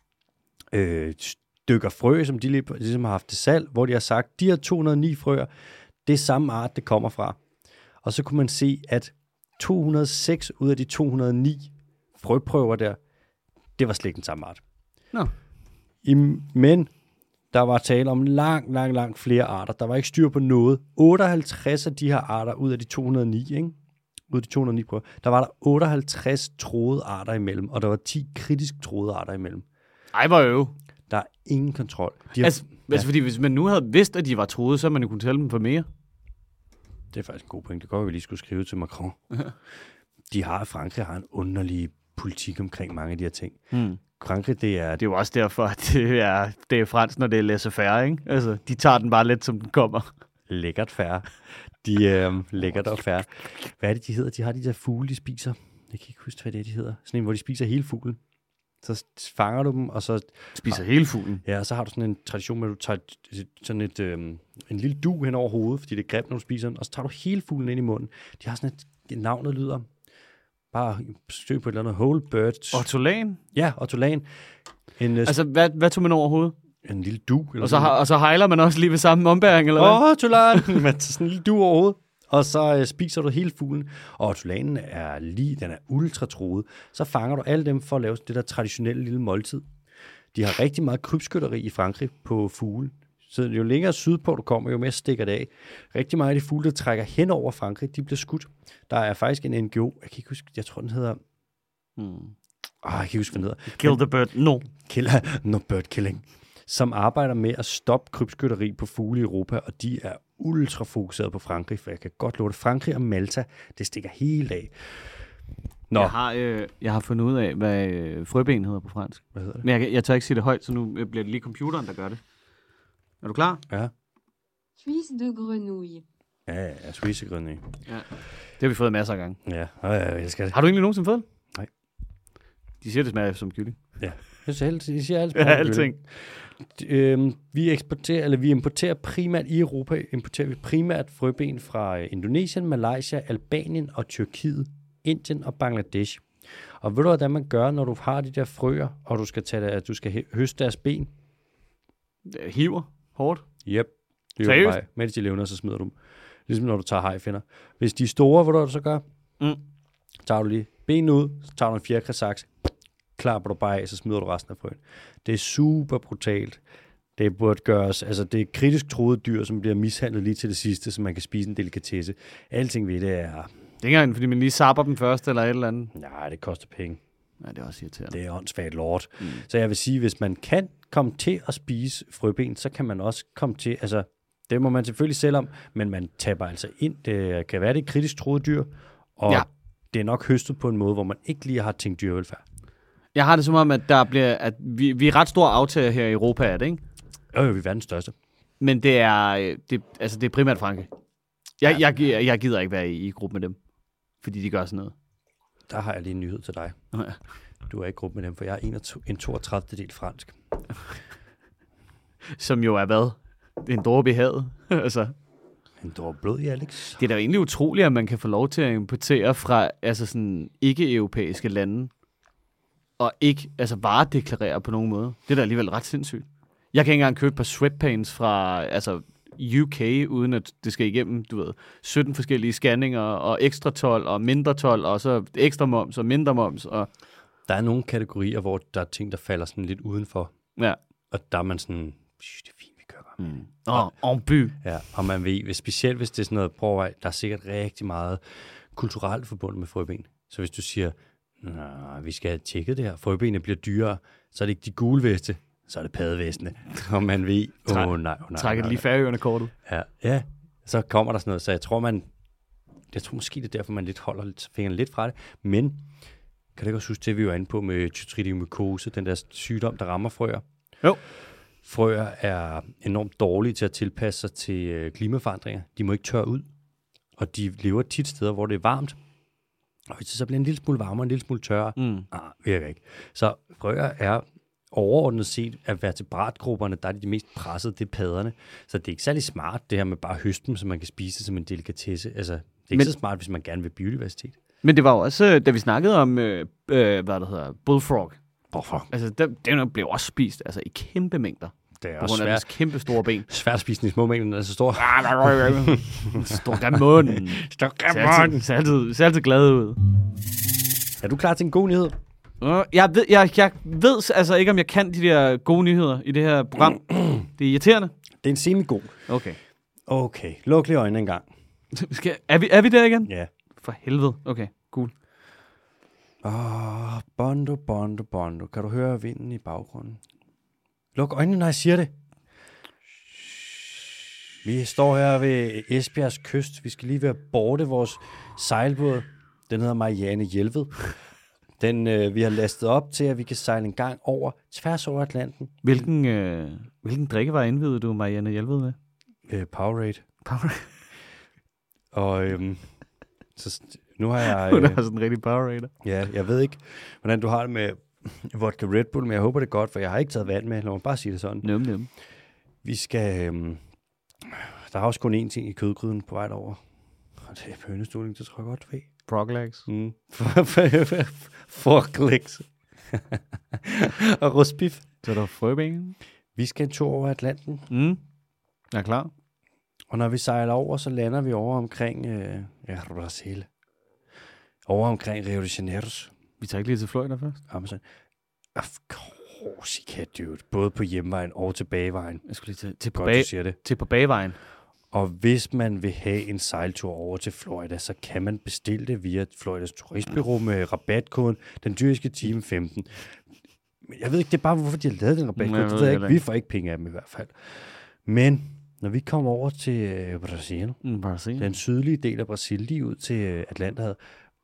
øh, stykker frø, som de lige, ligesom har haft til salg, hvor de har sagt, de her to hundrede og ni frøer, det er samme art, det kommer fra. Og så kunne man se, at to hundrede og seks ud af de to hundrede og ni frøprøver der, det var slet ikke den samme art. Nå. I, men der var tale om langt, langt, langt flere arter. Der var ikke styr på noget. otteoghalvtreds af de her arter ud af de to hundrede og ni, ikke? Ud af de to hundrede og ni prøver, der var der otteoghalvtreds troede arter imellem, og der var ti kritisk troede arter imellem. Ej, hvor øv. Der er ingen kontrol. De har, Altså, ja. altså, fordi hvis man nu havde vidst, at de var troede, så havde man jo kunne tælle dem for mere. Det er faktisk en god point. Det går, vi lige skulle skrive til Macron. De har, Frankrig har en underlig politik omkring mange af de her ting. Hmm. Frankrig, det er... Det er jo også derfor, at det er, det er fransk, når det er laissez-faire, ikke? Altså, de tager den bare lidt, som den kommer. Lækkert færre. De øh, lækkert og færre. Hvad er det, de hedder? De har de der fugle, de spiser. Jeg kan ikke huske, hvad det er, de hedder. Sådan en, hvor de spiser hele fuglen. Så fanger du dem, og så... Spiser hele fuglen. Ja, og så har du sådan en tradition med, at du tager et, sådan et, øh, en lille du hen over hovedet, fordi det er grimt, når du spiser den, og så tager du hele fuglen ind i munden. De har sådan et, navnet lyder... Bare søg på et eller andet whole bird. Ortolan? Ja, ortolan. En, altså, hvad, hvad tog man over hovedet? En lille du. Eller og, så, og så hejler man også lige ved samme ombæring, eller hvad? Åh, ortolan! Man tager sådan en lille du over hovedet, og så øh, spiser du hele fuglen. Og ortolanen er lige, den er ultra truet. Så fanger du alle dem for at lave det der traditionelle lille måltid. De har rigtig meget krybskytteri i Frankrig på fugle. Så jo længere sydpå du kommer, jo mere stikker det af. Rigtig meget af de fugle, der trækker hen over Frankrig, de bliver skudt. Der er faktisk en N G O, jeg kan ikke huske, jeg tror den hedder... Hmm. Oh, jeg kan ikke huske, hvad den hedder. Kill the bird, no. Kill, no bird killing. Som arbejder med at stoppe krybskytteri på fugle i Europa, og de er ultra fokuseret på Frankrig, for jeg kan godt love det. Frankrig og Malta, det stikker helt af. Nå. Jeg har, øh, jeg har fundet ud af, hvad øh, frøben hedder på fransk. Hvad hedder det? Men jeg, jeg tør ikke sige det højt, så nu bliver det lige computeren, der gør det. Er du klar? Ja. Cuisse de grenouille. Ja, ja, svisegrønne. Ja. Det har vi fået masser af gange. Ja, ja, jeg elsker det. Har du egentlig nogensinde fået det? Nej. De siger, det smager som kylling. Ja, jeg siger, alt, jeg siger alt. Ja, alting. Øhm, vi eksporterer, eller vi importerer primært i Europa, importerer vi primært frøben fra Indonesien, Malaysia, Albanien og Tyrkiet, Indien og Bangladesh. Og ved du, hvordan man gør, når du har de der frøer, og du skal, tage, at du skal høste deres ben? Hiver hårdt. Yep. Seriøst? Mens de levner, så smider du dem. Ligesom når du tager hajfinder. Hvis de er store, ved du, hvad du så gør? Mm. Tager du lige benene ud, så tager du en fjerkræsaks, klapper du bare af, så smider du resten af frøen. Det er super brutalt. Det burde gøres, altså det er kritisk troede dyr, som bliver mishandlet lige til det sidste, så man kan spise en delikatesse. Alting ved det er... Det er ikke engang, fordi man lige sapper dem først, eller et eller andet. Nej, det koster penge. Nej, det er også irriterende. Det er åndssvagt lort. Mm. Så jeg vil sige, hvis man kan komme til at spise frøben, så kan man også komme til, altså det må man selvfølgelig selv om, men man taber altså ind. Det kan være, det er kritisk troede dyr, og ja. Det er nok høstet på en måde, hvor man ikke lige har tænkt dyrevelfærd. Jeg har det som om, at, der bliver, at vi, vi er ret store aftager her i Europa, er det ikke? Øh, vi er verdens største. Men det er, det, altså det er primært Frankrig. Jeg, ja. jeg, jeg gider ikke være i, i gruppe med dem, fordi de gør sådan noget. Der har jeg lige en nyhed til dig. Ja. Du er ikke i gruppe med dem, for jeg er en toogtredive del fransk. Som jo er hvad? Det er en dråbe i havet. altså. En dråbe blod i, Alex. Det er da jo egentlig utroligt, at man kan få lov til at importere fra altså sådan ikke-europæiske lande, og ikke altså varedeklarere på nogen måde. Det er da alligevel ret sindssygt. Jeg kan ikke engang købe et par sweatpants fra altså U K, uden at det skal igennem, du ved, sytten forskellige scanninger, og ekstra told, og mindre told, og så ekstra moms, og mindre moms. Og... Der er nogle kategorier, hvor der er ting, der falder sådan lidt udenfor. Ja. Og der er man sådan, det er fint, vi kører bare med. Mm. Og en by. Ja, og man ved, hvis, specielt hvis det er sådan noget, prøv at der er sikkert rigtig meget kulturelt forbundet med frøben. Så hvis du siger, nej, vi skal have tjekket det her, frøbenene bliver dyrere, så er det ikke de gule veste, så er det padevestene. Og man ved, åh oh, nej, oh, nej. Trækker det lige Færøerne kortet. Ja, ja, så kommer der sådan noget. Så jeg tror, man, jeg tror måske, det er derfor, man lidt holder fingrene lidt fra det. Men, kan du ikke også huske det, vi var inde på med chytridiomykose, den der sygdom, der rammer frøer? Jo. Frøer er enormt dårlige til at tilpasse sig til øh, klimaforandringer. De må ikke tørre ud, og de lever tit steder, hvor det er varmt. Og hvis det så bliver en lille smule varmere, en lille smule tørre, mm. ah, virker ikke. Så frøer er overordnet set af vertebratgrupperne, der er de, de mest pressede, det er padderne. Så det er ikke særlig smart, det her med bare at høste dem, så man kan spise det som en delikatesse. Altså, det er ikke men, så smart, hvis man gerne vil biodiversitet. Men det var jo også, da vi snakkede om, øh, øh, hvad det hedder, bullfrog. Hvorfor? Altså, den, den blev også spist altså, i kæmpe mængder. Det er på også grund af svært. kæmpe store ben. Svært spist i små mængder, den er så stor. Stor grim munden. Stor grim munden. Ser altid, ser altid glad ud. Er du klar til en god nyhed? Jeg ved, jeg, jeg ved altså ikke, om jeg kan de der gode nyheder i det her program. Det er irriterende. Det er en semi-god. Okay. Okay, luk lige øjnene en gang. Skal, er, vi, er vi der igen? Ja. For helvede. Okay, cool. Åh, oh, bondo, bondo, bondo. Kan du høre vinden i baggrunden? Luk øjnene, når jeg siger det. Vi står her ved Esbjergs kyst. Vi skal lige være borte vores sejlbåd. Den hedder Marianne Hjelved. Den, øh, vi har lastet op til, at vi kan sejle en gang over, tværs over Atlanten. Hvilken, øh, hvilken drikkevarer indvidede du Marianne Hjelved med? Øh, Powerade. Powerade. Og øhm, så nu har jeg... Hun er sådan en rigtig Powerade. Ja, jeg ved ikke, hvordan du har det med vodka Red Bull, men jeg håber det er godt, for jeg har ikke taget vand med. Lad mig bare sige det sådan. Nøm, nøm. Vi skal... Øhm, der er også kun én ting i kødgryden på vej derover. Og det er pøneståling, det tror jeg godt, ved. Froglegs. Mm. Froglegs. Og rustbiff. Så er der frøben. Vi skal en tur over Atlanten. Mm. Jeg er klar. Og når vi sejler over, så lander vi over omkring... Øh, ja, Brasil. Over omkring Rio de Janeiro. Vi tager ikke lige til Florida først? Amazon. Of course, dude. Både på hjemvejen og tilbagevejen. Jeg skulle lige til, til, på, Godt, bag, du siger det. til på bagvejen. Og hvis man vil have en sejltur over til Florida, så kan man bestille det via Floridas turistbureau med rabatkoden Den Dyriske Time femten. Jeg ved ikke, det er bare, hvorfor de har lavet den rabatkode. Det ved jeg ikke. Vi får ikke penge af dem i hvert fald. Men når vi kommer over til Brasil, mm, Brasil. den sydlige del af Brasil, lige ud til Atlanterhavet,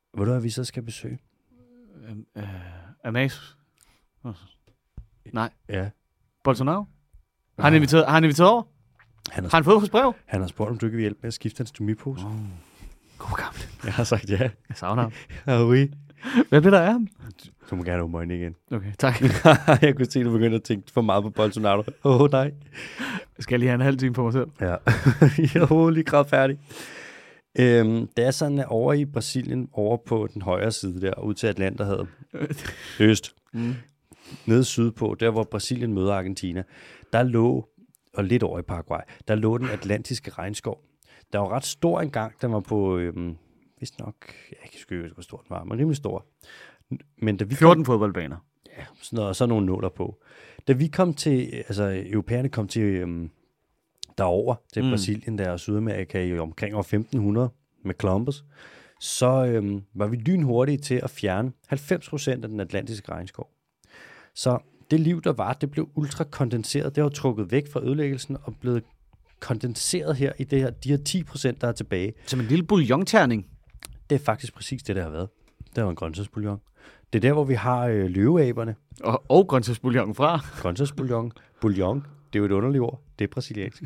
Ved du, hvad vi så skal besøge? Uh, Amazo. Oh. Nej. Ja. Bolsonaro? Har han inviteret, har han inviteret over? Han har, Har han fået hos brev? han har spurgt, om du ikke vil hjælpe med at skifte hans stomipose. Oh. God gammel. Jeg har sagt ja. Jeg savner ham. Ja, oui. Hvad bliver der af ham? Du må gerne åbne øjnene igen. Okay, tak. Jeg kunne se, at du begyndte at tænke for meget på Bolsonaro. Åh, oh, nej. Jeg skal lige have en halv time for mig selv. Ja, jeg er lige grad færdig. Øhm, det er sådan, at over i Brasilien, over på den højre side der, ud til Atlanterhavet, øst, Mm. nede sydpå, der hvor Brasilien møder Argentina, der lå, og lidt over i Paraguay, der lå den atlantiske regnskov. Der var ret stor engang, den var på, øhm, vist nok, jeg kan ikke huske, hvor stor den var, men rimelig stor. Men da vi fjorten fodboldbaner. Ja, sådan noget, og så nogle nåler på. Da vi kom til, altså europæerne kom til øhm, derover til Mm. Brasilien der og Sydamerika i omkring år femten hundrede med Columbus, så øhm, var vi lynhurtige til at fjerne halvfems procent af den atlantiske regnskov. Så det liv, der var, det blev ultrakondenseret. Det var trukket væk fra ødelæggelsen og blevet kondenseret her i det her, de her ti procent, der er tilbage. Som en lille bouillonterning. Det er faktisk præcis det, der har været. Det var en grøntsagsbouillon. Det er der, hvor vi har øh, løveaberne. Og, og grøntsagsbouillon fra. Grøntsagsbouillon. Bouillon, det er jo et underligt ord. Det er brasiliansk.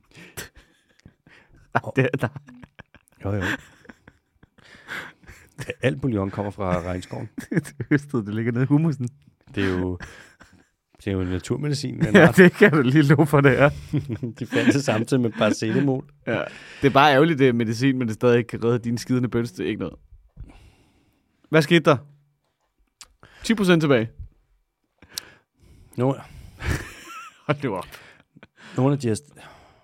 Det er der. Jo, jo. Alt bouillon kommer fra regnskoven. Det høstede, det ligger nede i humusen. Det er jo, det er jo naturmedicin. Men Ja, det kan du lige love for, det er. de fandt det samtidig med paracetamol. Ja. Det er bare ærgerligt, det er medicin, men det stadig ikke kan redde dine skidende bøns. Det er ikke noget. Hvad skete der? ti procent tilbage. Nogle, Hold det op. nogle af de her... st-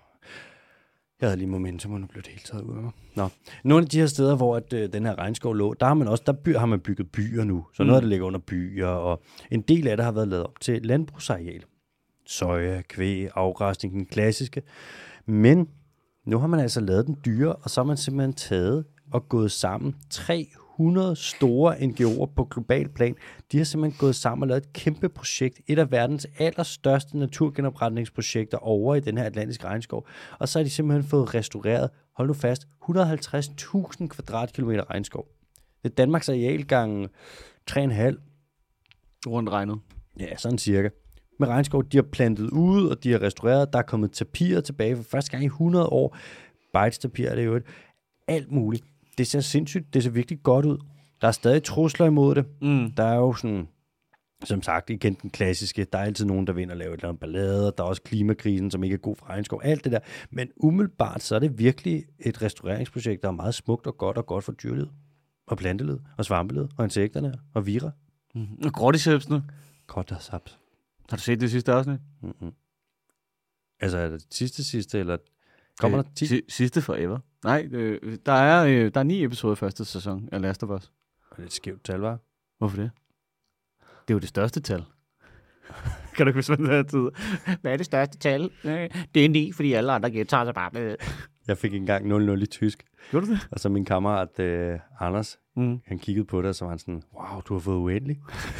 Jeg havde lige momentum, og nu blev det helt taget ud af mig. Nå. Nogle af de her steder, hvor at, øh, den her regnskov lå, der har man også der by, har man bygget byer nu. Så Mm. noget af det ligger under byer, og en del af det har været lavet op til landbrugsareal. Soja, kvæg, afgræsning, den klassiske. Men nu har man altså lavet den dyre, og så har man simpelthen taget og gået sammen. tre hundrede store N G O'er på global plan. De har simpelthen gået sammen og lavet et kæmpe projekt. Et af verdens allerstørste naturgenopretningsprojekter over i den her atlantiske regnskov. Og så har de simpelthen fået restaureret, hold nu fast, et hundrede og halvtreds tusind kvadratkilometer regnskov. Det er Danmarks areal gange tre komma fem. Rundt regnet. Ja, sådan cirka. Med regnskov, de har plantet ud, og de har restaureret. Der er kommet tapirer tilbage for første gang i hundrede år. Bejtstapir er det jo et. Alt muligt. Det ser sindssygt, det ser virkelig godt ud. Der er stadig trusler imod det. Mm. Der er jo sådan, som sagt, igen den klassiske, der er altid nogen, der vil ind og lave et eller andet ballade. Der er også klimakrisen, som ikke er god for regnskov. Alt det der. Men umiddelbart, så er det virkelig et restaureringsprojekt, der er meget smukt og godt og godt for dyrelivet. Og plantelivet, og svampelivet, og insekterne, og vira. Mm. Og gråtisøbsene. Godt og saps. Har du set det sidste afsnit? Mm-hmm. Altså, er det sidste sidste, eller kommer Øh, der ti? si- sidste forever. Nej, øh, der, er, øh, der er ni episoder i første sæson af Last of Us. Det er et skævt tal, var. Hvorfor det? Det er jo det største tal. Kan du ikke huske, hvad det tid? Hvad er det største tal? Øh, Det er ni, fordi alle andre gentager sig bare med. Jeg fik engang nul nul i tysk, Gjorde du det? og så min kammerat øh, Anders, Mm. han kiggede på det, og så var han sådan, wow, du har fået uendelig.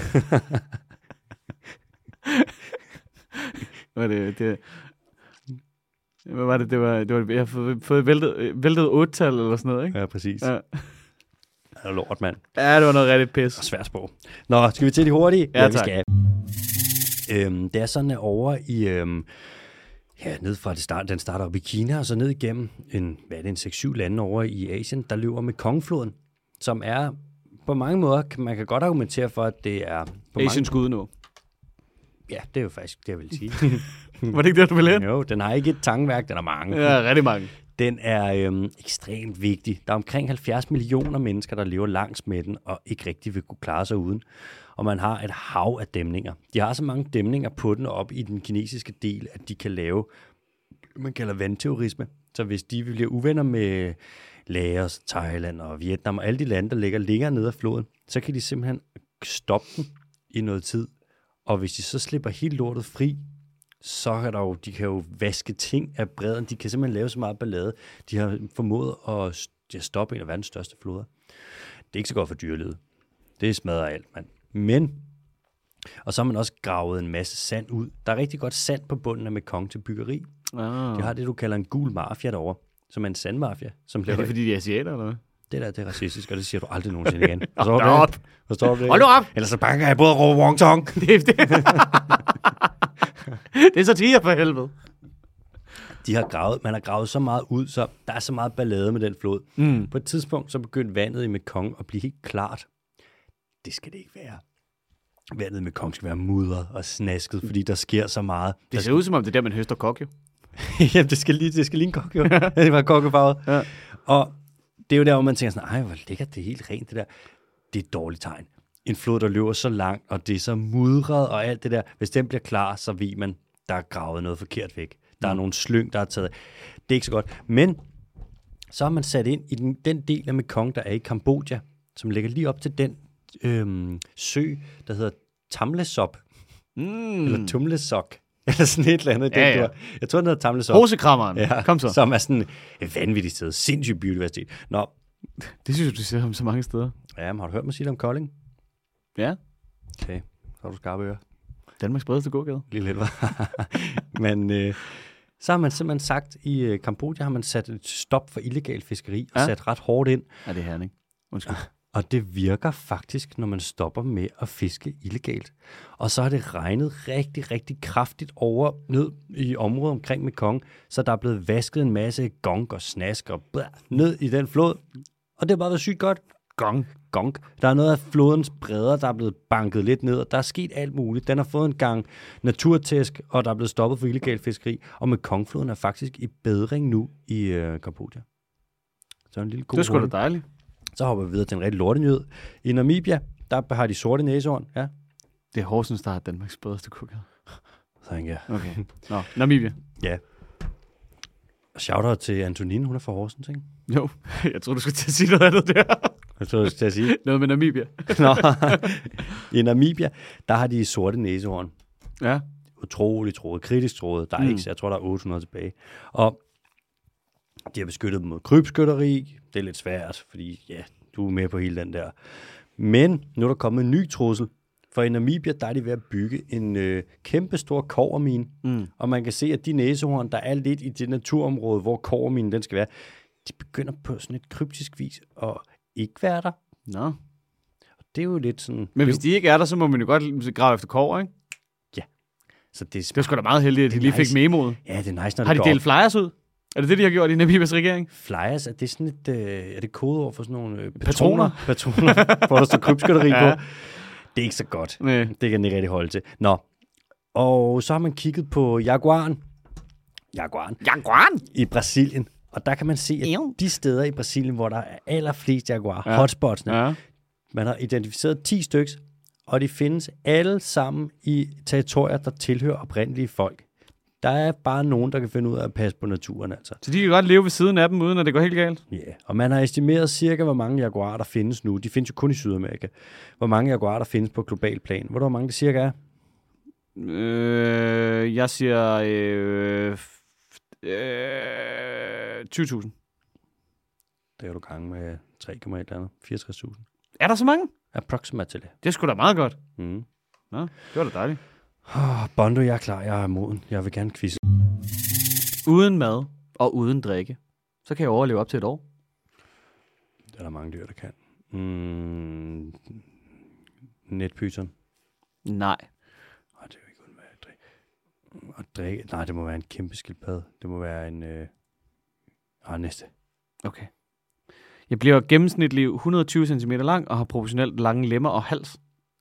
Hvad det, det, hvad var det? Det var, det var jeg har fået, fået væltet, væltet otte-tal eller sådan noget, ikke? Ja, præcis. Ja. Det er lort, mand. Ja, det var noget rigtig pis. Og svært sprog. Nå, skal vi til de hurtige? Ja, vi tak. skal. Øhm, det er sådan, at over i, øhm, ja, ned fra det start, den starter op i Kina, og så ned igennem en, hvad er det, en seks syv lande over i Asien, der løber med Kongfloden, som er på mange måder, kan- man kan godt argumentere for, at det er... På Asiens mange, skud nu. ja, det er jo faktisk det, jeg vil sige. Var det ikke det, du ville hen? Jo, den har ikke et tangværk, den har mange. Ja, rigtig mange. Den er øhm, ekstremt vigtig. Der er omkring halvfjerds millioner mennesker, der lever langs med den, og ikke rigtig vil kunne klare sig uden. Og man har et hav af dæmninger. De har så mange dæmninger på den op i den kinesiske del, at de kan lave, man kalder vandterrorisme. Så hvis de bliver uvenner med Laos, Thailand og Vietnam og alle de lande, der ligger længere nede af floden, så kan de simpelthen stoppe den i noget tid. Og hvis de så slipper helt lortet fri, så kan der jo, de kan jo vaske ting af bredden. De kan simpelthen lave så meget ballade. De har formået at ja, stoppe en af verdens største floder. Det er ikke så godt for dyrelivet. Det smadrer alt, mand. Men, og så har man også gravet en masse sand ud. Der er rigtig godt sand på bunden af Mekong til byggeri. Ah. De har det, du kalder en gul mafia derovre, som er en sandmafia. Som Er laver, det, fordi de er asiater, eller hvad? det der, det er racistisk, og det siger du aldrig nogensinde igen. Hold da op. Forstår du det? Hold nu op. Ellers så banker jeg både og wong tong. Det, det. det er så tiger for helvede. De har gravet, man har gravet så meget ud, så der er så meget ballade med den flod. Mm. På et tidspunkt, så begyndte vandet i Mekong at blive helt klart. Det skal det ikke være. Vandet i Mekong skal være mudret og snasket, fordi der sker så meget. Det ser ud som om, det er der, man høster kok, jo. Jamen, det skal lige, det skal lige en kok, jo. Det var kokkefarvet. Ja. Og det er jo der, hvor man tænker sådan, ej, hvor lækkert, det er helt rent, det der. Det er et dårligt tegn. En flod, der løber så langt, og det er så mudret og alt det der. Hvis den bliver klar, så ved man, der er gravet noget forkert væk. Der er nogle slyng, der er taget. Det er ikke så godt. Men så har man sat ind i den, den del af Mekong, der er i Kambodja, som ligger lige op til den øhm, sø, der hedder Tamlesop. Mm. Eller Tumlesok. Eller sådan et eller andet. Ja, Den, ja. du har, jeg tror, den hedder Tamlesop. Hosekrammeren. Ja, Kom så. som er sådan et vanvittigt sted. Sindssyg biodiversitet. Nå, Det synes jeg, du ser om så mange steder. ja, men har du hørt mig sige det om Kolding? Ja. Okay, så har du skarpe ører. Danmarks bredeste gågade. Lige lidt, var. Men øh, så har man simpelthen sagt, i øh, Kambodja har man sat et stop for illegal fiskeri, og Ja. sat ret hårdt ind. Ja, det er herning. Undskyld. Og det virker faktisk, når man stopper med at fiske illegalt. Og så har det regnet rigtig, rigtig kraftigt over ned i området omkring Mekong, så der er blevet vasket en masse gong og snask og blah, ned i den flod. Og det har bare været sygt godt. Gong, gong. Der er noget af flodens bredder, der er blevet banket lidt ned, og der er sket alt muligt. Den har fået en gang naturtæsk, og der er blevet stoppet for illegal fiskeri. Og Mekongfloden er faktisk i bedring nu i øh, Kambodja. Så en lille god Det er sgu da runde. dejligt. Så hopper vi videre til en rigtig lortenyhed. I Namibia, der har de sorte næsehorn. Ja, Det er Horsens, der har Danmarks bredeste gågade. så tænker jeg. Okay. Nå, Namibia. Ja. Shout-out til Antonine, hun er fra Horsens, ikke? Jo, jeg tror du skulle til at sige noget andet der. Jeg tror, du skal til at sige. Noget med Namibia. Nå. I Namibia, der har de sorte næsehorn. Ja. Utroligt troet, kritisk troet. Der er Mm. ikke, jeg tror, der er otte hundrede tilbage. Og de har beskyttet dem mod krybskytteri. Det er lidt svært, fordi ja, du er med på hele den der. Men nu er der kommet en ny trussel. For i Namibia, der er de ved at bygge en øh, kæmpe stor kobbermine. Mm. Og man kan se, at de næsehorn, der er lidt i det naturområde, hvor kobberminen den skal være, de begynder på sådan et kryptisk vis at ikke være der. Nå. Det er jo lidt sådan... Men hvis det, de ikke er der, så må man jo godt grave efter kår, ikke? så det, er, Det var sgu da meget heldigt, at de Det er lige fik nice. memoet. ja, det er nice, når Har det de går delt flyers ud? Er det det, de har gjort i Namibias regering? op. Flyers, er det sådan et... Øh, er det kodeord for sådan nogle øh, Patroner? patroner? Patroner, hvor der står krybskytteri Ja. på. Det er ikke så godt. Nej. Det kan den ikke rigtig holde til. Nå. Og så har man kigget på jaguaren. Jaguaren. Jaguaren? I Brasilien. Og der kan man se, at Jo. de steder i Brasilien, hvor der er allerflest jaguarer, Ja. ja. hotspotsene, Ja. man har identificeret ti stykker, og de findes alle sammen i territorier, der tilhører oprindelige folk. Der er bare nogen, der kan finde ud af at passe på naturen, altså. Så de kan godt leve ved siden af dem, uden at det går helt galt? Ja, yeah. Og man har estimeret cirka, hvor mange jaguarer, der findes nu. De findes jo kun i Sydamerika. Hvor mange jaguarer, der findes på global plan. Hvor der hvor mange det cirka er? Øh, jeg siger øh, øh, tyve tusind. Det er du gang med tre komma et eller andet. fireogtres tusind. Er der så mange? Approximately. Det er sgu da meget godt. Mm. Nå, det var da dejligt. Oh, Bondo, jeg er klar. Jeg er moden. Jeg vil gerne quizze. Uden mad og uden drikke, så kan jeg overleve op til et år. Det er der mange dyr, der kan. Mm. Netpyton. Nej. Nej, det er jo ikke uden at drikke. Og drikke. Nej, det må være en kæmpe skildpadde. Det må være en... Øh... Ah, næste. Okay. Jeg bliver gennemsnitlig et hundrede og tyve centimeter lang og har proportionelt lange lemmer og hals.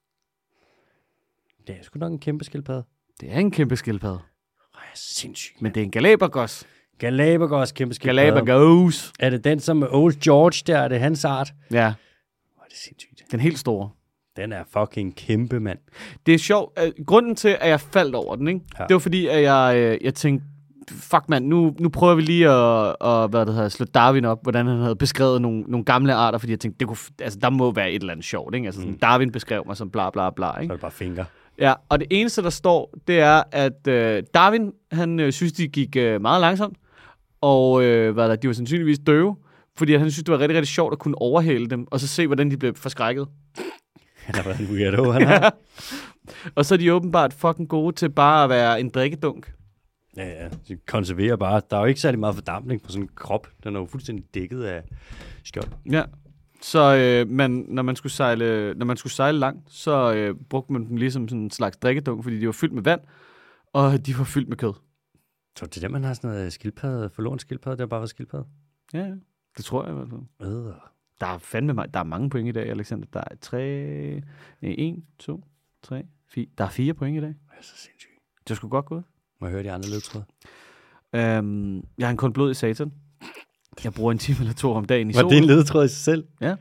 Det er sgu nok en kæmpe skildpadde. Det er en kæmpe skildpadde. Ej, sindssygt. Men det er en Galapagos. Galapagos, kæmpe skildpadde. Galapagos. Er det den, som Old George der? Er det hans art? Ja, Hvor er det sindssygt. den helt store. Den er fucking kæmpe, mand. Det er sjovt. Uh, grunden til, at jeg faldt over den, ikke? Ja. Det var fordi, at jeg, uh, jeg tænkte, fuck mand, nu, nu prøver vi lige at, at hvad det hedder, slå Darwin op, hvordan han havde beskrevet nogle, nogle gamle arter, fordi jeg tænkte, det kunne, altså, der må være et eller andet sjovt, ikke? Altså, sådan, Mm. Darwin beskrev mig som bla bla bla, Så ikke? er det bare fingre. Ja, og det eneste, der står, det er, at øh, Darwin, han øh, synes, de gik øh, meget langsomt, og øh, hvad der, de var sandsynligvis døve, fordi han synes, det var rigtig, rigtig sjovt at kunne overhale dem, og så se, hvordan de blev forskrækket. Han har været en weirdo, han har. Og så er de åbenbart fucking gode til bare at være en drikkedunk. Ja, ja. De konserverer bare. Der er jo ikke særlig meget fordampning på sådan en krop. Den er jo fuldstændig dækket af Skjold. Ja. Så øh, man, når, man skulle sejle, når man skulle sejle langt, så øh, brugte man dem ligesom sådan en slags drikkedunk, fordi de var fyldt med vand, og de var fyldt med kød. Så det er det, man har sådan noget skildpadde, forloren skildpadde, det har bare været skildpadde? Ja, ja. Det tror jeg i hvert fald. Øh. Der er fandme meget. Der er mange point i dag, Alexander. Der er tre... Nej, en, to, tre, fire. Der er fire point i dag. Det er så sindssygt. Det skulle godt gået. Må jeg høre de andre ledtråde? Øhm, jeg har en kun blod i satan. Jeg bruger en time eller to om dagen i Var solen. det en ledtråd i sig selv? Ja.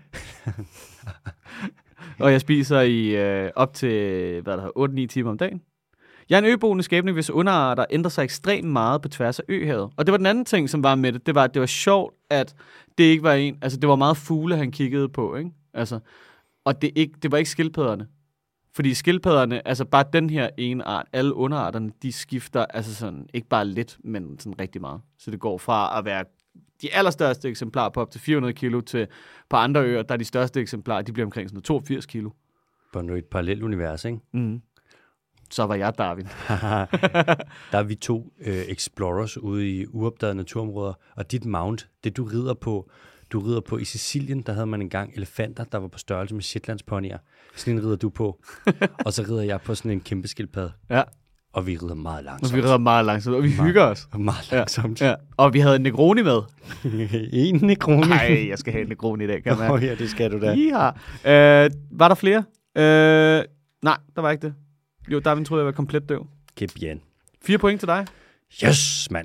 Og jeg spiser i øh, op til hvad der otte ni timer om dagen. Jeg er en øboende skæbning, hvis underarter ændrer sig ekstremt meget på tværs af øhavet. Og det var den anden ting, som var med det. Det var, at det var sjovt, at det ikke var en... Altså, det var meget fugle, han kiggede på, ikke? Altså, og det, ikke, det var ikke skildpadderne. Fordi skildpadderne, altså bare den her ene art, alle underarterne, de skifter altså sådan, ikke bare lidt, men sådan rigtig meget. Så det går fra at være de allerstørste eksemplarer på op til fire hundrede kilo, til på andre øer, der er de største eksemplarer, de bliver omkring sådan toogfirs kilo. På et parallelt univers, ikke? Mm. Så var jeg Darwin. Der er vi to øh, explorers ude i uopdagede naturområder, og dit mount, det du rider på, du rider på i Sicilien, der havde man engang elefanter, der var på størrelse med shetlandsponyer. Sådan en rider du på, og så rider jeg på sådan en kæmpe skildpadde. Ja. Og vi rider meget langsomt. Og vi rider meget langsomt, og vi meget, hygger os. Meget langsomt. Ja, ja. Og vi havde en Negroni med. En Negroni? Nej, jeg skal have en Negroni i dag, kan man. Åh oh, ja, det skal du da. Ja. Øh, var der flere? Øh, nej, der var ikke det. Jo, Darwin troede, jeg var komplet døv. Kæbjan. Fire point til dig. Yes, mand.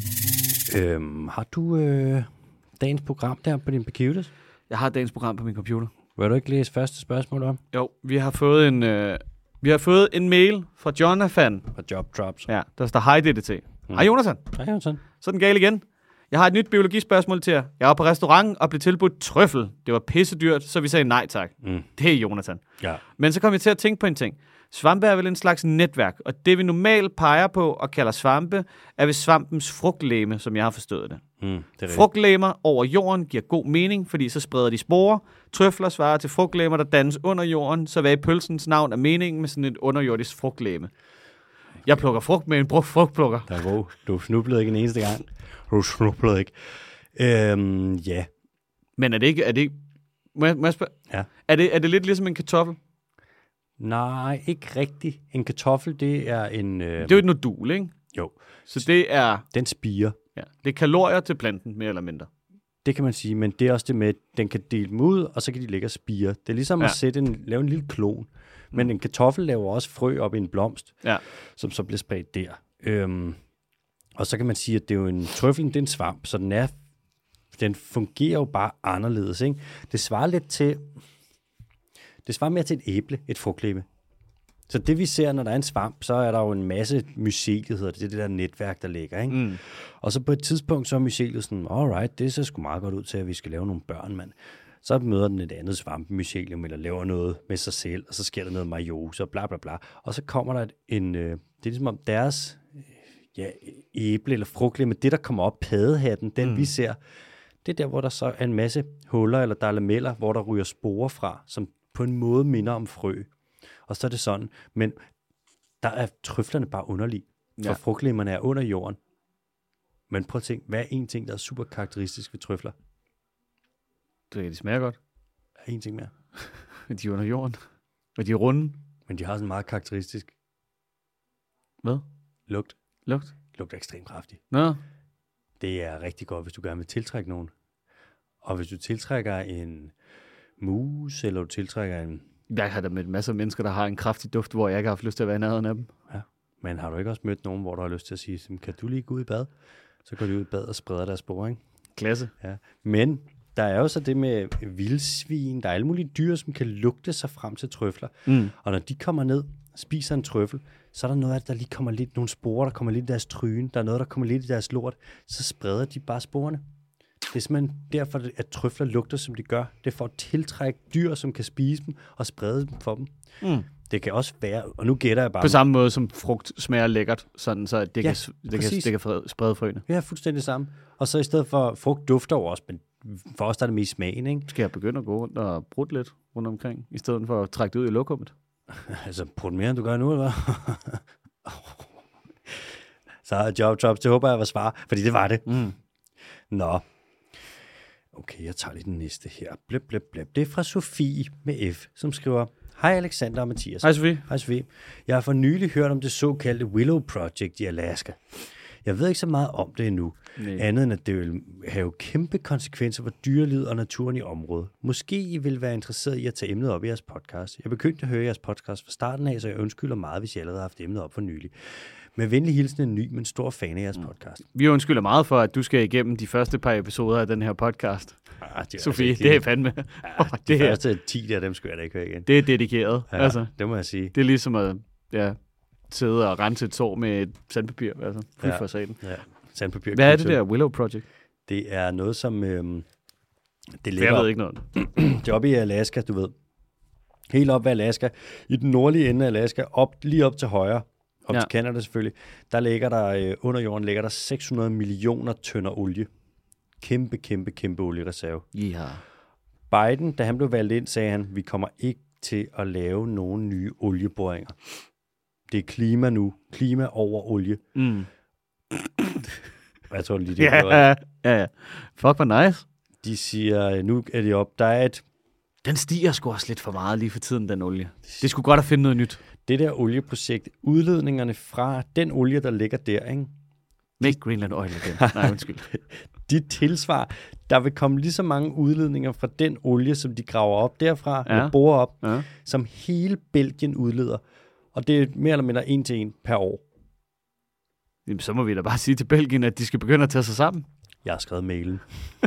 Øhm, har du øh, dagens program der på din computer? Jeg har dagens program på min computer. Vil du ikke læse første spørgsmål om? Jo, vi har fået en, øh, vi har fået en mail fra Jonathan. Fra Job Drops. Ja, der står hej D D T. Mm. Hej Jonathan. Hej Jonathan. Så er den gal igen. Jeg har et nyt biologispørgsmål til jer. Jeg var på restauranten og blev tilbudt trøffel. Det var pissedyrt, så vi sagde nej tak. Mm. Det er Jonathan. Ja. Men så kom vi til at tænke på en ting. Svampe er vel en slags netværk, og det vi normalt peger på og kalder svampe, er ved svampens frugtlegeme, som jeg har forstået det. Mm, det Frugtlegemer over jorden giver god mening, fordi så spreder de sporer. Trøfler svarer til frugtlegemer, der dannes under jorden, så hvad i pølsens navn er meningen med sådan et underjordisk frugtlegeme? Jeg plukker frugt med en brugt frugtplukker. Der er wow. Du snublede ikke en eneste gang. Du snublede ikke. Øhm, ja. Men er det ikke... Er det ikke må jeg, må jeg spørge? Ja. Er det, er det lidt ligesom en kartoffel? Nej, ikke rigtigt. En kartoffel, det er en... Øh... Det er jo et nodul, ikke? Jo. Så det er... Den spirer. Ja, det er kalorier til planten, mere eller mindre. Det kan man sige, men det er også det med, at den kan dele dem ud, og så kan de ligge og spire. Det er ligesom ja. at sætte en, lave en lille klon. Men mm. en kartoffel laver også frø op i en blomst, ja. som så bliver spredt der. Øhm, og så kan man sige, at det er jo en trøffel, det er en svamp, så den er, den fungerer jo bare anderledes, ikke? Det svarer lidt til, det svarer mere til et æble, et frugtlegeme. Så det vi ser, når der er en svamp, så er der jo en masse myceliet, hedder det, det er det der netværk, der ligger, ikke? Mm. Og så på et tidspunkt, så er myceliet sådan, alright, det ser sgu meget godt ud til, at vi skal lave nogle børn, mand. Så møder den et andet svampemycelium, eller laver noget med sig selv, og så sker der noget meiose, og bla bla bla. Og så kommer der en, øh, det er ligesom om deres ja, æble eller frugtlegeme, det der kommer op, paddehatten, den mm. vi ser, det er der, hvor der så er en masse huller, eller der er lameller, hvor der ryger sporer fra, som på en måde minder om frø. Og så er det sådan, men der er trøflerne bare underlige, for ja. frugtlegemmerne er under jorden. Men prøv at tænke, hvad er en ting, der er super karakteristisk ved trøfler? Det er, de smager godt. Er en ting mere? De er under jorden. Og de er runde. Men de har sådan en meget karakteristisk... Hvad? Lugt. Lugt? Lugt er ekstremt kraftig. Nå. Det er rigtig godt, hvis du gerne vil tiltrække nogen. Og hvis du tiltrækker en mus, eller du tiltrækker en... Jeg har da mødt masser af mennesker, der har en kraftig duft, hvor jeg ikke har haft lyst til at være i nærheden af dem. Ja, men har du ikke også mødt nogen, hvor du har lyst til at sige, kan du lige gå ud i bad? Så går de ud i bad og spreder deres spor, ikke? Klasse. Ja, men der er jo så det med vildsvin, der er alle mulige dyr, som kan lugte sig frem til trøfler. Mm. Og når de kommer ned og spiser en trøffel, så er der noget af det, der lige kommer lidt, nogle sporer, der kommer lidt i deres tryne, der er noget, der kommer lidt i deres lort, så spreder de bare sporene. Det er simpelthen derfor, at trøfler lugter, som de gør. Det er for at tiltrække dyr, som kan spise dem, og sprede dem for dem. Mm. Det kan også være, og nu gætter jeg bare... På samme måde som frugt smager lækkert, sådan så det, ja, kan, det, kan, det kan sprede frøene. Ja, fuldstændig samme. Og så i stedet for, frugt dufter jo også, men for os der er det mest smagen, ikke? Skal jeg begynde at gå rundt og brutte lidt rundt omkring, i stedet for at trække det ud i lokummet? Altså, brud mere, end du gør nu, eller hvad? Så Job Drops, det håber jeg var svar, fordi det var det. Mm. Nå. Okay, jeg tager lige den næste her. Blip, blip, blip. Det er fra Sofie med F, som skriver, hej Alexander og Mathias. Hej Sofie. Hej Sofie. Jeg har for nylig hørt om det såkaldte Willow Project i Alaska. Jeg ved ikke så meget om det endnu, Nej. andet end at det vil have kæmpe konsekvenser for dyrelivet og naturen i området. Måske I vil være interesseret i at tage emnet op i jeres podcast. Jeg begyndte at høre jeres podcast fra starten af, så jeg undskylder meget, hvis jeg allerede har haft emnet op for nylig. Med venlig hilsen en ny, men stor fan af jeres podcast. Vi undskylder meget for, at du skal igennem de første par episoder af den her podcast. Ah, det Sofie, altså det er fandme. Ja, de det første ti der, dem skal jeg da ikke høre igen. Det er dedikeret. Ja, altså, det må jeg sige. det er ligesom at ja, sidde og rense et sår med et sandpapir. Altså, fy Ja. for satan. Ja, sandpapir. Hvad er det der Willow Project? Det er noget, som... Øhm, det Jeg ligger ved ikke noget. det er oppe i Alaska, du ved. Helt op ved Alaska. I den nordlige ende af Alaska, op, lige op til højre, op Ja. til Canada selvfølgelig, der ligger der, øh, under jorden ligger der seks hundrede millioner tønder olie. Kæmpe, kæmpe, kæmpe oliereserve. Ja. Biden, da han blev valgt ind, sagde han, vi kommer ikke til at lave nogen nye olieboringer. Det er klima nu. Klima over olie. Mm. Jeg tror lige, det Ja, er ja, ja. Fuck, hvor nice. De siger, nu er de op. Der er et, Den stiger sgu også lidt for meget lige for tiden, den olie. Det skulle godt at finde noget nyt. det der olieprojekt, udledningerne fra den olie, der ligger der, ikke? Make Greenland Oil igen. Nej, undskyld. De tilsvar, der vil komme lige så mange udledninger fra den olie, som de graver op derfra, Ja. eller borer op, Ja. som hele Belgien udleder. Og det er mere eller mindre en til en per år. Jamen, så må vi da bare sige til Belgien, at de skal begynde at tage sig sammen. Jeg har skrevet mailen.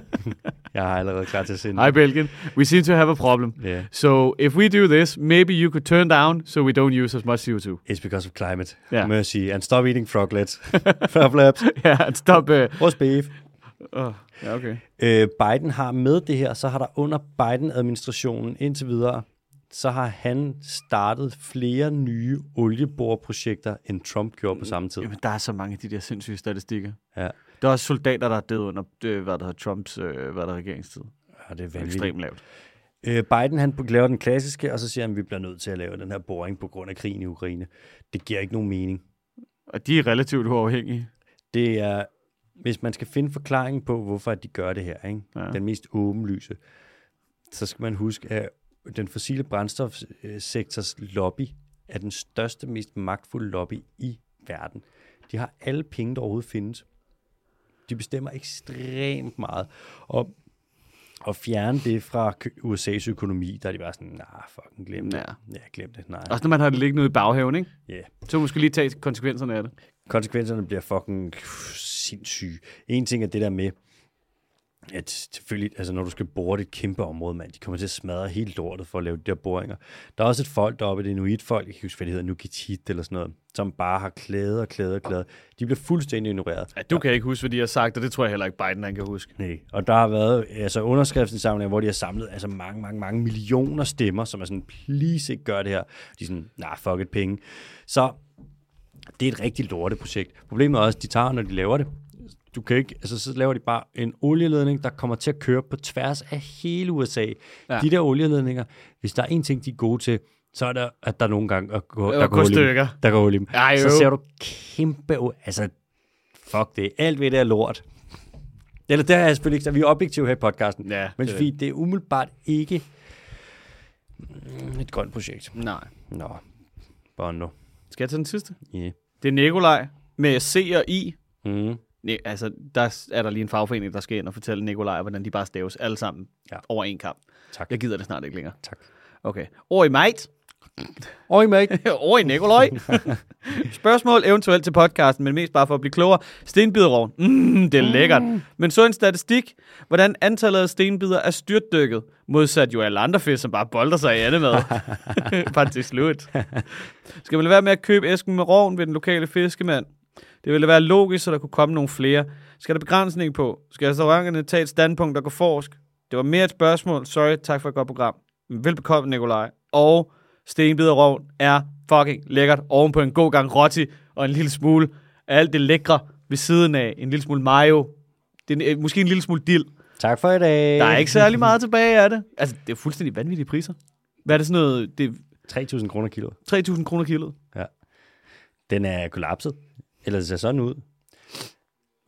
Jeg har allerede klar til at sende. Hi Belgien, we seem to have a problem. Yeah. So if we do this, maybe you could turn down so we don't use as much C O two. It's because of climate. Ja. Mercy. And stop eating froglets. Froglets. Ja, and stop. Uh, Roast beef. oh, ja, okay. Øh, Biden har med det her, så har der under Biden-administrationen indtil videre, så har han startet flere nye olieborprojekter, end Trump gjorde på samme tid. Jamen, der er så mange af de der sindssyge statistikker. Ja, Der er også soldater, der er døde under, øh, hvad der hedder, Trumps øh, hvad der er regeringstid. ja det er Det er vanvittigt. ekstremt lavt. Øh, Biden han laver den klassiske, og så siger han, at vi bliver nødt til at lave den her boring på grund af krigen i Ukraine. Det giver ikke nogen mening. Og de er relativt uafhængige. Det er, hvis man skal finde forklaringen på, hvorfor de gør det her, ikke? Ja. Den mest åbenlyse, så skal man huske, at den fossile brændstofsektors lobby er den største, mest magtfulde lobby i verden. De har alle penge, der overhovedet findes. De bestemmer ekstremt meget. Og at fjerne det fra U S A's økonomi, der er de bare sådan, nej, nah, fucking glem det. Ja. Ja, glem det, nej. Også når man har det liggende ude i baghaven, ikke? Ja. Yeah. Så måske lige tage konsekvenserne af det. Konsekvenserne bliver fucking sindssyge. En ting er det der med, at selvfølgelig, altså når du skal bore det et kæmpe område, man, de kommer til at smadre helt lortet for at lave de der boringer. Der er også et folk deroppe, det er Inuit-folk, jeg kan huske, hvad det hedder, Nukitit eller sådan noget, som bare har klæder og klæder og klæder. De bliver fuldstændig ignoreret. Ja, du kan ikke huske, hvad de har sagt, og det tror jeg heller ikke, Biden han kan huske. Nej, og der har været altså underskriftsindsamlinger, hvor de har samlet altså mange, mange, mange millioner stemmer, som er sådan, please ikke gør det her. De er sådan, nej, nah, fuck et penge. Så det er et rigtig lorteprojekt. Problemet er også, at de tager, når de laver det. Du kan ikke, altså så laver de bare en olieledning, der kommer til at køre på tværs af hele U S A. Ja. De der olieledninger, hvis der er en ting, de er gode til, så er der, at der nogle gange er, der, der, går stykker. Dem, der går hul i dem. Ej, Så ser du kæmpe, altså fuck det, alt ved det er lort. Eller der er jeg selvfølgelig ikke, vi er objektive her i podcasten, Ja, men det er fordi det er umiddelbart ikke et grønt projekt. Nej. Nå, Bondo. Skal jeg tage den sidste? Yeah. Det er Nikolaj med C og I. Mm. Ne- altså, der er der lige en fagforening, der skal ind og fortælle Nikolaj, hvordan de bare staves alle sammen Ja. over en kamp. Tak. Jeg gider det snart ikke længere. Tak. Okay. Oi, mate. Oi, mate. Oi, Nikolaj. Spørgsmål eventuelt til podcasten, men mest bare for at blive klogere. Stenbiderrovn. Mm, det er lækkert. Men så en statistik. Hvordan antallet af stenbider er styrtdykket, modsat jo alle andre fisk, som bare bolder sig i andemad. Bare til slut. Skal man lade være med at købe æsken med rovn ved den lokale fiskemand? Det ville være logisk, så der kunne komme nogle flere. Skal der begrænsning på? Skal restauranterne tage et standpunkt, der går forsk? Det var mere et spørgsmål. Sorry, tak for et godt program. Velbekomme, Nikolaj. Og stenbiderrovn er fucking lækkert oven på en god gang rotti og en lille smule af alt det lækre ved siden af. En lille smule mayo. Det er måske en lille smule dild. Tak for i dag. Der er ikke særlig meget tilbage af det. Altså, det er fuldstændig vanvittige priser. Hvad er det sådan noget? Det er tre tusind kroner kilo. tre tusind kroner kiloet. Ja. Den er kollapset. Eller det ser sådan ud.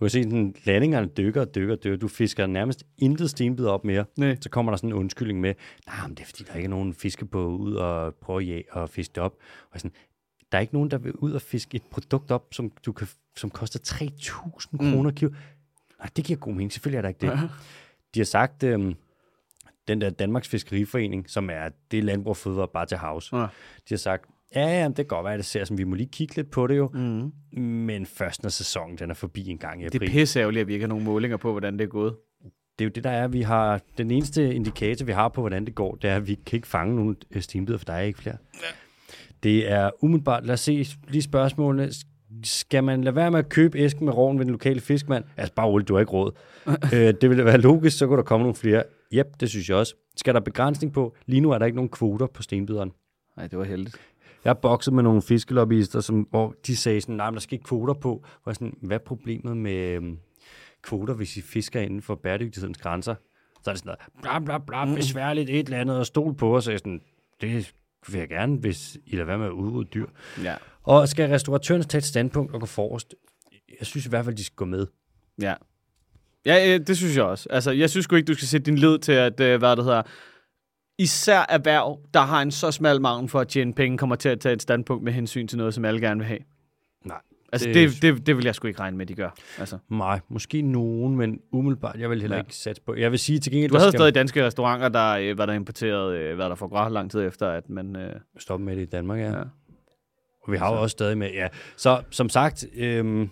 Du kan se, at landingerne dykker og dykker og dykker. Du fisker nærmest intet stenbid op mere. Nej. Så kommer der sådan en undskyldning med, nej, men det er fordi, der ikke er nogen fiskebåd ud og prøve at jage og fiske det op. Og sådan, der er ikke nogen, der vil ud og fiske et produkt op, som, du kan, som koster tre tusind kroner Mm. kilo. Nej, det giver god mening. Selvfølgelig er der ikke det. Ja. De har sagt, øhm, den der Danmarks Fiskeriforening, som er det landbrug og fødevare bare til havs, Ja. de har sagt, ja, ja, det kan godt være, at det ser som, vi må lige kigge lidt på det jo, Mm. men først når sæsonen den er forbi en gang i Det april. er pisseærgerligt, at vi ikke har nogen målinger på, hvordan det er gået. Det er jo det, der er, vi har, den eneste indikator, vi har på, hvordan det går, det er, at vi kan ikke fange nogen øh, stenbider, for der er ikke flere. Ja. Det er umiddelbart, lad os se lige spørgsmålene. Skal man lade være med at købe æsken med roven ved den lokale fiskemand? Altså bare roligt, du har ikke råd. øh, det ville være logisk, så kunne der komme nogle flere. Jep, det synes jeg også. Skal der begrænsning på? Lige nu er der ikke nogen kvoter på stenbideren. Nej, det var heldigt. Jeg har bokset med nogle fiskelobbyister, som, hvor de sagde sådan, nej, men der skal ikke kvoter på. Hvor sådan, hvad er problemet med øhm, kvoter, hvis I fisker inden for bæredygtighedens grænser? Så er det sådan noget, bla bla bla, besværligt et eller andet, og stol på os. Så jeg sådan, det vil jeg gerne, hvis I lader være med at udrydde dyr. Ja. Og skal restauratørerne tage et standpunkt og gå forrest? Jeg synes i hvert fald, de skal gå med. Ja. Ja, øh, det synes jeg også. Altså, jeg synes sgu ikke, du skal sætte din lid til, at, øh, hvad det hedder, især erhverv, der har en så smal magen for at tjene penge, kommer til at tage et standpunkt med hensyn til noget, som alle gerne vil have. Nej. Altså, Det- det, det, det vil jeg sgu ikke regne med, de gør. Altså. Nej, måske nogen, men umiddelbart, jeg vil heller Ja. ikke sætte på. Jeg vil sige til gengæld, Du havde skal stadig danske restauranter, der øh, var der importeret, øh, hvad der for græs lang tid efter, at man... Øh, stoppe med det i Danmark, ja. ja. ja. Og vi har jo Så. også stadig med, ja. Så som sagt, øhm,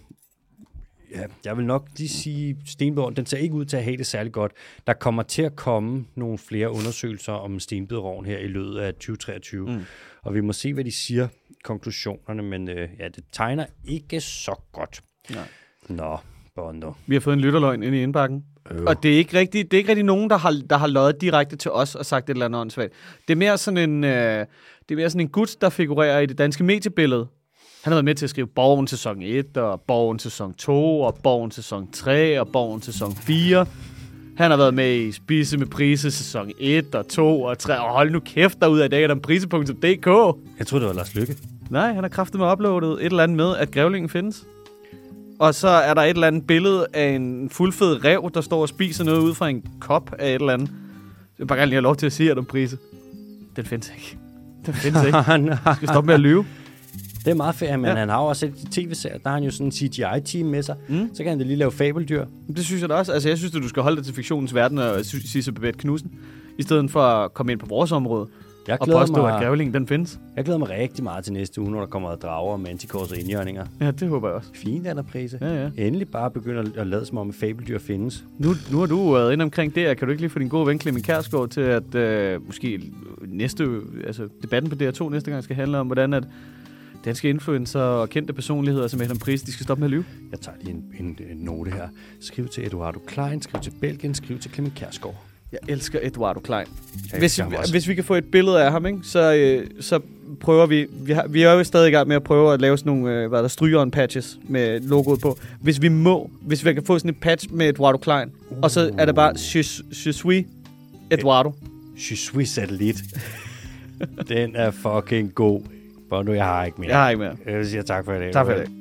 ja, jeg vil nok lige sige, stenbiderroven, den ser ikke ud til at have det særlig godt. Der kommer til at komme nogle flere undersøgelser om stenbiderroven her i løbet af tyve treogtyve. Mm. Og vi må se, hvad de siger, konklusionerne, men øh, ja, det tegner ikke så godt. Nej. Nå, Bondo. Vi har fået en lytterløgn ind i indbakken. Øh. Og det er ikke rigtig, det er ikke rigtig nogen, der har, der har løjet direkte til os og sagt et eller andet åndssvagt. Det er mere sådan en, øh, det er mere sådan en gut, der figurerer i det danske mediebillede. Han har været med til at skrive Borgen sæson et, og Borgen sæson to, og Borgen sæson tre, og Borgen sæson fire. Han har været med i Spise med Prise sæson et og to og tre. Og hold nu kæft derude af dag om prise punktum d k. Jeg troede, det var Lars Lykke. Nej, han har kraftet med uploadet et eller andet med, at grævlingen findes. Og så er der et eller andet billede af en fuldfed ræv, der står og spiser noget ud fra en kop af et eller andet. Jeg vil bare gerne lige have lov til at sige, at om prise. Den findes ikke. Den findes ikke. Du skal stoppe med at lyve. Det er meget fair, men Ja. ja. han har jo også et tv-serie, der har han jo sådan en C G I-team med sig. Mm. Så kan han da lige lave fabeldyr. Det synes jeg da også. Altså, jeg synes, at du skal holde dig til fiktionens verden og sige så Babette Knudsen, i stedet for at komme ind på vores område Jeg og glæder, påstå, mig, at grævlingen den findes. jeg glæder mig rigtig meget til næste uge, når der kommer drager og mantikors og indjørninger. Ja, det håber jeg også. Fint, Anna Prise. Ja, ja. Endelig bare begynde at, at lade som om, at fabeldyr findes. Nu, nu har du været inde omkring det, og kan du ikke lige få din gode ven Clemen Kjærsgaard til, at øh, måske næste, altså debatten på D R to næste gang skal handle om, hvordan at danske influencer og kendte personligheder som Adam Prise, de skal stoppe med at lyve? Jeg tager lige en, en, en note her. Skriv til Eduardo Klein, skriv til Belgien, skriv til Clement Kjærsgaard. Jeg elsker Eduardo Klein. Jeg Hvis, elsker ham også. hvis vi kan få et billede af ham, ikke, så, øh, så prøver vi... Vi, har, vi er jo stadig i gang med at prøve at lave sådan nogle øh, hvad der, stryger patches med logoet på. Hvis vi må, hvis vi kan få sådan en patch med Eduardo Klein, uh. og så er det bare Je, je suis Eduardo. Je suis satellit. Den er fucking god. Bondo, jeg har ikke mere. Jeg har ikke mere. Jeg vil sige tak for i dag. Tak for i dag.